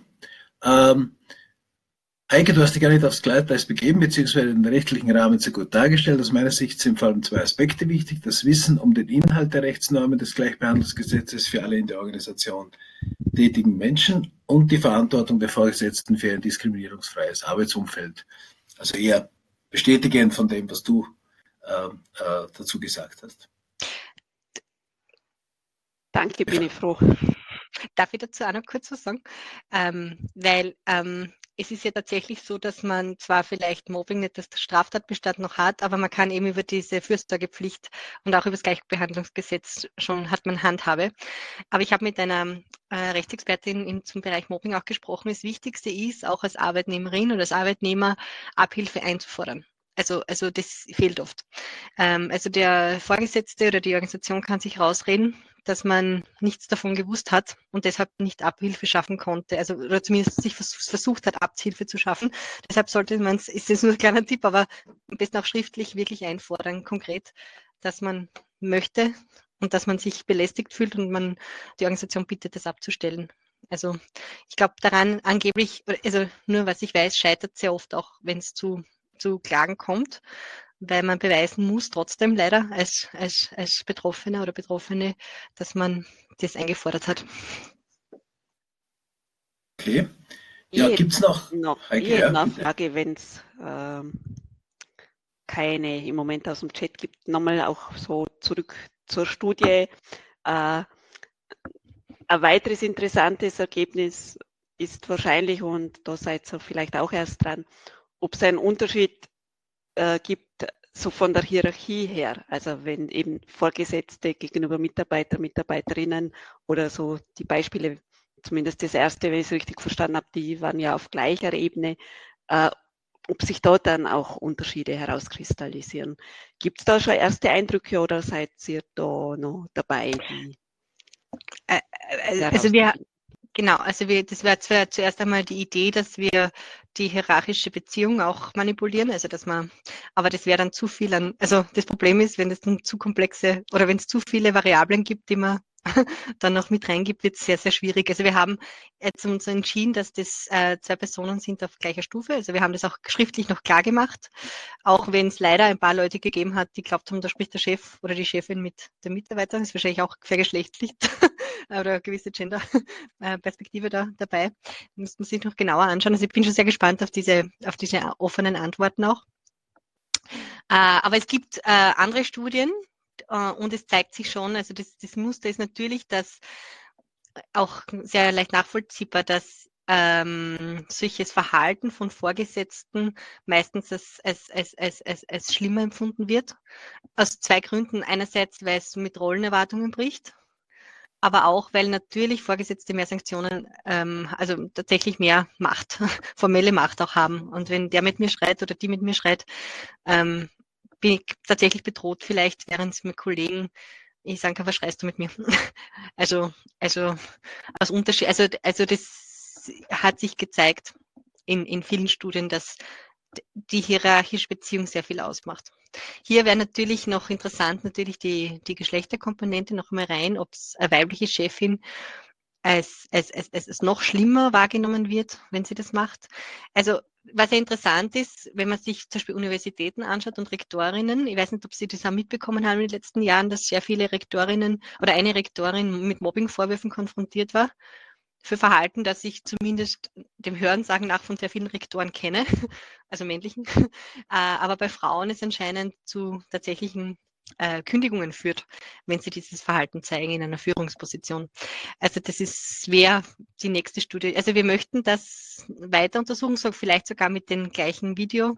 Heike, du hast dich gar nicht aufs Glatteis begeben, beziehungsweise den rechtlichen Rahmen sehr gut dargestellt. Aus meiner Sicht sind vor allem zwei Aspekte wichtig. Das Wissen um den Inhalt der Rechtsnormen des Gleichbehandlungsgesetzes für alle in der Organisation tätigen Menschen und die Verantwortung der Vorgesetzten für ein diskriminierungsfreies Arbeitsumfeld. Also eher bestätigend von dem, was du dazu gesagt hast. Danke, bin ich froh. darf ich dazu auch noch kurz was sagen? Weil es ist ja tatsächlich so, dass man zwar vielleicht Mobbing nicht als Straftatbestand noch hat, aber man kann eben über diese Fürsorgepflicht und auch über das Gleichbehandlungsgesetz schon hat man Handhabe. Aber ich habe mit einer Rechtsexpertin zum Bereich Mobbing auch gesprochen. Das Wichtigste ist, auch als Arbeitnehmerin oder als Arbeitnehmer Abhilfe einzufordern. Also das fehlt oft. Also der Vorgesetzte oder die Organisation kann sich rausreden, dass man nichts davon gewusst hat und deshalb nicht Abhilfe schaffen konnte, also oder zumindest sich versucht hat, Abhilfe zu schaffen. Deshalb sollte man es, ist das nur ein kleiner Tipp, aber am besten auch schriftlich wirklich einfordern, konkret, dass man möchte und dass man sich belästigt fühlt und man die Organisation bittet, das abzustellen. Also ich glaube daran angeblich, also nur was ich weiß, scheitert sehr oft auch, wenn es zu Klagen kommt, weil man beweisen muss, trotzdem leider als Betroffener oder Betroffene, dass man das eingefordert hat. Okay. Ja, gibt es noch eine Frage, wenn es keine im Moment aus dem Chat gibt, nochmal auch so zurück zur Studie. Ein weiteres interessantes Ergebnis ist wahrscheinlich, und da seid ihr vielleicht auch erst dran, ob es einen Unterschied gibt, so von der Hierarchie her, also wenn eben Vorgesetzte gegenüber Mitarbeiter, Mitarbeiterinnen oder so die Beispiele, zumindest das erste, wenn ich es richtig verstanden habe, die waren ja auf gleicher Ebene, ob sich dort dann auch Unterschiede herauskristallisieren. Gibt es da schon erste Eindrücke oder seid ihr da noch dabei? Das wäre zuerst einmal die Idee, dass wir die hierarchische Beziehung auch manipulieren, aber das wäre dann zu viel also das Problem ist, wenn es dann zu komplexe oder wenn es zu viele Variablen gibt, die man dann noch mit reingibt, wird es sehr, sehr schwierig. Also wir haben jetzt uns entschieden, dass das 2 Personen sind auf gleicher Stufe. Also wir haben das auch schriftlich noch klar gemacht, auch wenn es leider ein paar Leute gegeben hat, die glaubt haben, da spricht der Chef oder die Chefin mit der Mitarbeiterin. Das ist wahrscheinlich auch vergeschlechtlicht oder eine gewisse Gender-Perspektive dabei. Das muss man sich noch genauer anschauen. Also ich bin schon sehr gespannt auf diese offenen Antworten auch. Aber es gibt andere Studien, und es zeigt sich schon, also das Muster ist natürlich, dass auch sehr leicht nachvollziehbar, dass solches Verhalten von Vorgesetzten meistens als schlimmer empfunden wird. Aus 2 Gründen. Einerseits, weil es mit Rollenerwartungen bricht, aber auch, weil natürlich Vorgesetzte mehr Sanktionen, also tatsächlich mehr Macht, formelle Macht auch haben. Und wenn der mit mir schreit oder die mit mir schreit, bin ich tatsächlich bedroht vielleicht, während es mit Kollegen, ich sagen kann, was schreist du mit mir? Also aus Unterschied, also das hat sich gezeigt in vielen Studien, dass die hierarchische Beziehung sehr viel ausmacht. Hier wäre natürlich noch interessant, natürlich die Geschlechterkomponente noch mal rein, ob es eine weibliche Chefin als noch schlimmer wahrgenommen wird, wenn sie das macht. Also was ja interessant ist, wenn man sich zum Beispiel Universitäten anschaut und Rektorinnen, ich weiß nicht, ob Sie das auch mitbekommen haben in den letzten Jahren, dass sehr viele Rektorinnen oder eine Rektorin mit Mobbingvorwürfen konfrontiert war, für Verhalten, das ich zumindest dem Hörensagen nach von sehr vielen Rektoren kenne, also männlichen, aber bei Frauen es anscheinend zu tatsächlichen Kündigungen führt, wenn sie dieses Verhalten zeigen in einer Führungsposition. Also wäre die nächste Studie. Also wir möchten das weiter untersuchen, vielleicht sogar mit den gleichen Videos,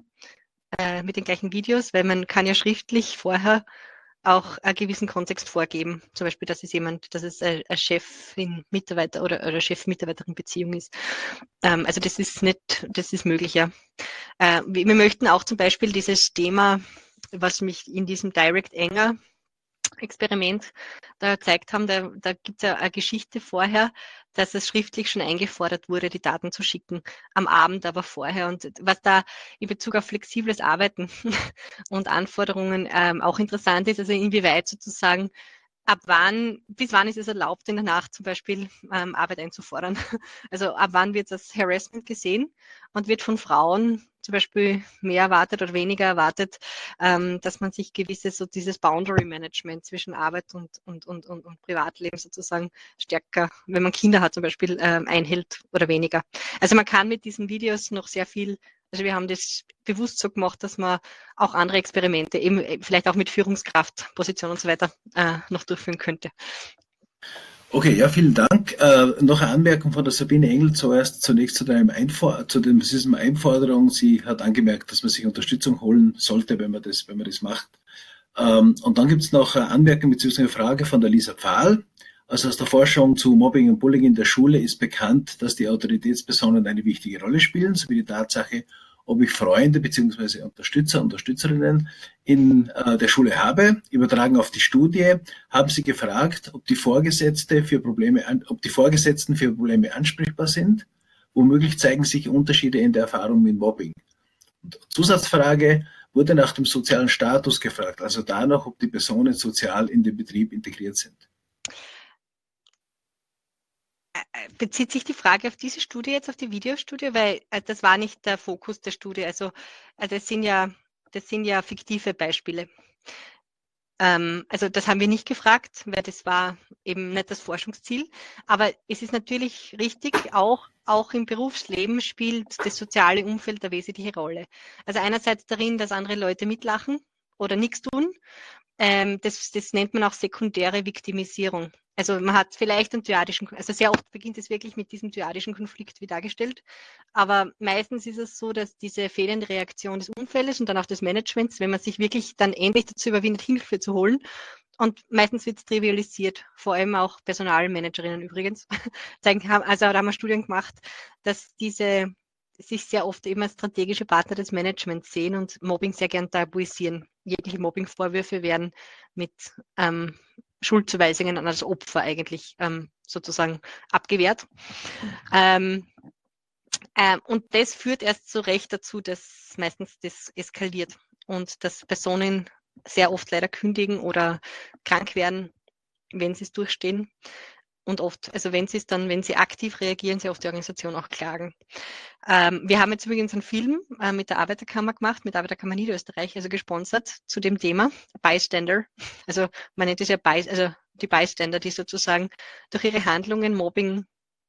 weil man kann ja schriftlich vorher auch einen gewissen Kontext vorgeben. Zum Beispiel, dass es eine Chefin-Mitarbeiter oder Chef-Mitarbeiterin-Beziehung ist. Also das ist möglich, ja. Wir möchten auch zum Beispiel dieses Thema, was mich in diesem Direct Anger Experiment da gezeigt haben, da gibt es ja eine Geschichte vorher, dass es schriftlich schon eingefordert wurde, die Daten zu schicken, am Abend aber vorher. Und was da in Bezug auf flexibles Arbeiten und Anforderungen auch interessant ist, also inwieweit sozusagen bis wann ist es erlaubt, in der Nacht zum Beispiel Arbeit einzufordern? Also ab wann wird das Harassment gesehen und wird von Frauen zum Beispiel mehr erwartet oder weniger erwartet, dass man sich dieses Boundary Management zwischen Arbeit und Privatleben sozusagen stärker, wenn man Kinder hat zum Beispiel, einhält oder weniger. Also man kann mit diesen Videos noch sehr viel. Also wir haben das bewusst so gemacht, dass man auch andere Experimente, eben vielleicht auch mit Führungskraftposition und so weiter, noch durchführen könnte. Okay, ja, vielen Dank. Noch eine Anmerkung von der Sabine Engel zunächst zu diesem Einforderung. Sie hat angemerkt, dass man sich Unterstützung holen sollte, wenn man das macht. Und dann gibt es noch eine Anmerkung bzw. eine Frage von der Lisa Pfahl. Also aus der Forschung zu Mobbing und Bullying in der Schule ist bekannt, dass die Autoritätspersonen eine wichtige Rolle spielen, sowie die Tatsache, ob ich Freunde bzw. Unterstützerinnen in der Schule habe. Übertragen auf die Studie haben sie gefragt, ob die Vorgesetzten für Probleme ansprechbar sind. Womöglich zeigen sich Unterschiede in der Erfahrung mit Mobbing. Und Zusatzfrage wurde nach dem sozialen Status gefragt, also danach, ob die Personen sozial in den Betrieb integriert sind. Bezieht sich die Frage auf diese Studie jetzt, auf die Videostudie? Weil das war nicht der Fokus der Studie. Also das sind ja fiktive Beispiele. Also das haben wir nicht gefragt, weil das war eben nicht das Forschungsziel. Aber es ist natürlich richtig, auch im Berufsleben spielt das soziale Umfeld eine wesentliche Rolle. Also einerseits darin, dass andere Leute mitlachen oder nichts tun. Das nennt man auch sekundäre Viktimisierung. Also man hat vielleicht einen dyadischen, also sehr oft beginnt es wirklich mit diesem dyadischen Konflikt wie dargestellt, aber meistens ist es so, dass diese fehlende Reaktion des Umfeldes und dann auch des Managements, wenn man sich wirklich dann endlich dazu überwindet, Hilfe zu holen, und meistens wird es trivialisiert, vor allem auch Personalmanagerinnen übrigens, also da haben wir Studien gemacht, dass diese sich sehr oft eben als strategische Partner des Managements sehen und Mobbing sehr gern tabuisieren. Jegliche Mobbing-Vorwürfe werden mit Schuldzuweisungen an das Opfer eigentlich sozusagen abgewehrt. Und das führt erst so recht dazu, dass meistens das eskaliert und dass Personen sehr oft leider kündigen oder krank werden, wenn sie es durchstehen. Und oft, also wenn sie aktiv reagieren, sehr oft die Organisation auch klagen. Wir haben jetzt übrigens einen Film mit der Arbeiterkammer gemacht, mit der Arbeiterkammer Niederösterreich, also gesponsert zu dem Thema Bystander. Also man nennt es ja die Bystander, die sozusagen durch ihre Handlungen Mobbing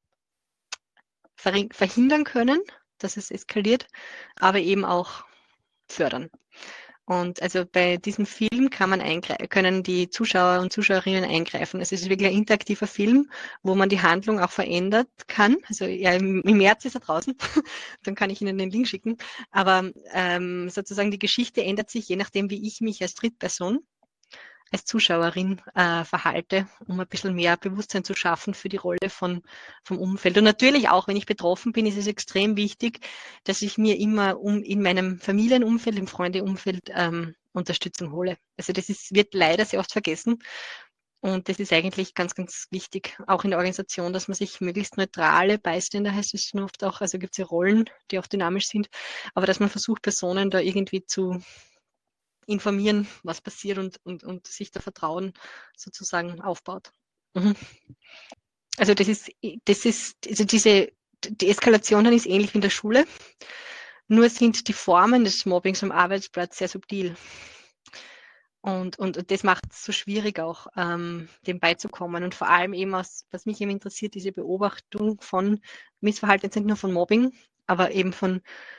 verhindern können, dass es eskaliert, aber eben auch fördern. Und also bei diesem Film können die Zuschauer und Zuschauerinnen eingreifen. Es ist wirklich ein interaktiver Film, wo man die Handlung auch verändert kann. Also ja, im März ist er draußen, dann kann ich Ihnen den Link schicken. Aber sozusagen die Geschichte ändert sich, je nachdem, wie ich mich als Drittperson, als Zuschauerin verhalte, um ein bisschen mehr Bewusstsein zu schaffen für die Rolle vom Umfeld. Und natürlich auch, wenn ich betroffen bin, ist es extrem wichtig, dass ich mir immer in meinem Familienumfeld, im Freundeumfeld Unterstützung hole. Also das wird leider sehr oft vergessen. Und das ist eigentlich ganz, ganz wichtig, auch in der Organisation, dass man sich möglichst neutrale Bystander, heißt es schon oft auch, also gibt es ja Rollen, die auch dynamisch sind, aber dass man versucht, Personen da irgendwie zu informieren, was passiert und sich da Vertrauen sozusagen aufbaut. Mhm. Also die Eskalation dann ist ähnlich wie in der Schule, nur sind die Formen des Mobbings am Arbeitsplatz sehr subtil. Und das macht es so schwierig auch, dem beizukommen. Und vor allem eben, was mich eben interessiert, diese Beobachtung von Missverhalten, nicht nur von Mobbing, aber eben von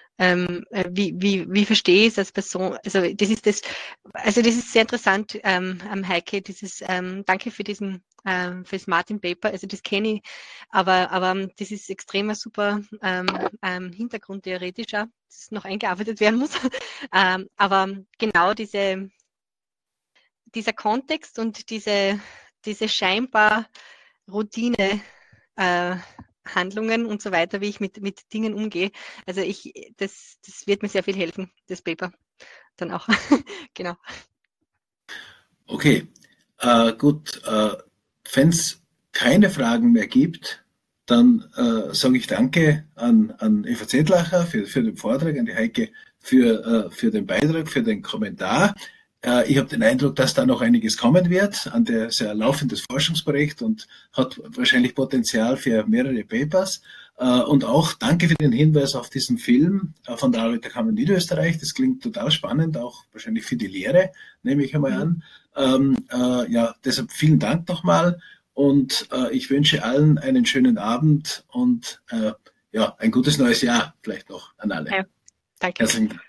wie verstehe ich es als Person? Also das ist sehr interessant, Heike, danke für fürs Martin Paper, also das kenne ich, aber das ist extrem super hintergrundtheoretischer, das noch eingearbeitet werden muss. Aber genau dieser Kontext und diese scheinbar Routine Handlungen und so weiter, wie ich mit Dingen umgehe. Also das wird mir sehr viel helfen, das Paper dann auch. Genau. Okay, gut. Wenn es keine Fragen mehr gibt, dann sage ich Danke an Eva Zetlacher für den Vortrag, an die Heike für den Beitrag, für den Kommentar. Ich habe den Eindruck, dass da noch einiges kommen wird. Das ist ja ein laufendes Forschungsprojekt und hat wahrscheinlich Potenzial für mehrere Papers. Und auch danke für den Hinweis auf diesen Film von der Arbeiterkammer Niederösterreich. Das klingt total spannend, auch wahrscheinlich für die Lehre, nehme ich einmal an. Ja, deshalb vielen Dank nochmal und ich wünsche allen einen schönen Abend und ja, ein gutes neues Jahr vielleicht noch an alle. Ja, danke. Herzlichen Dank.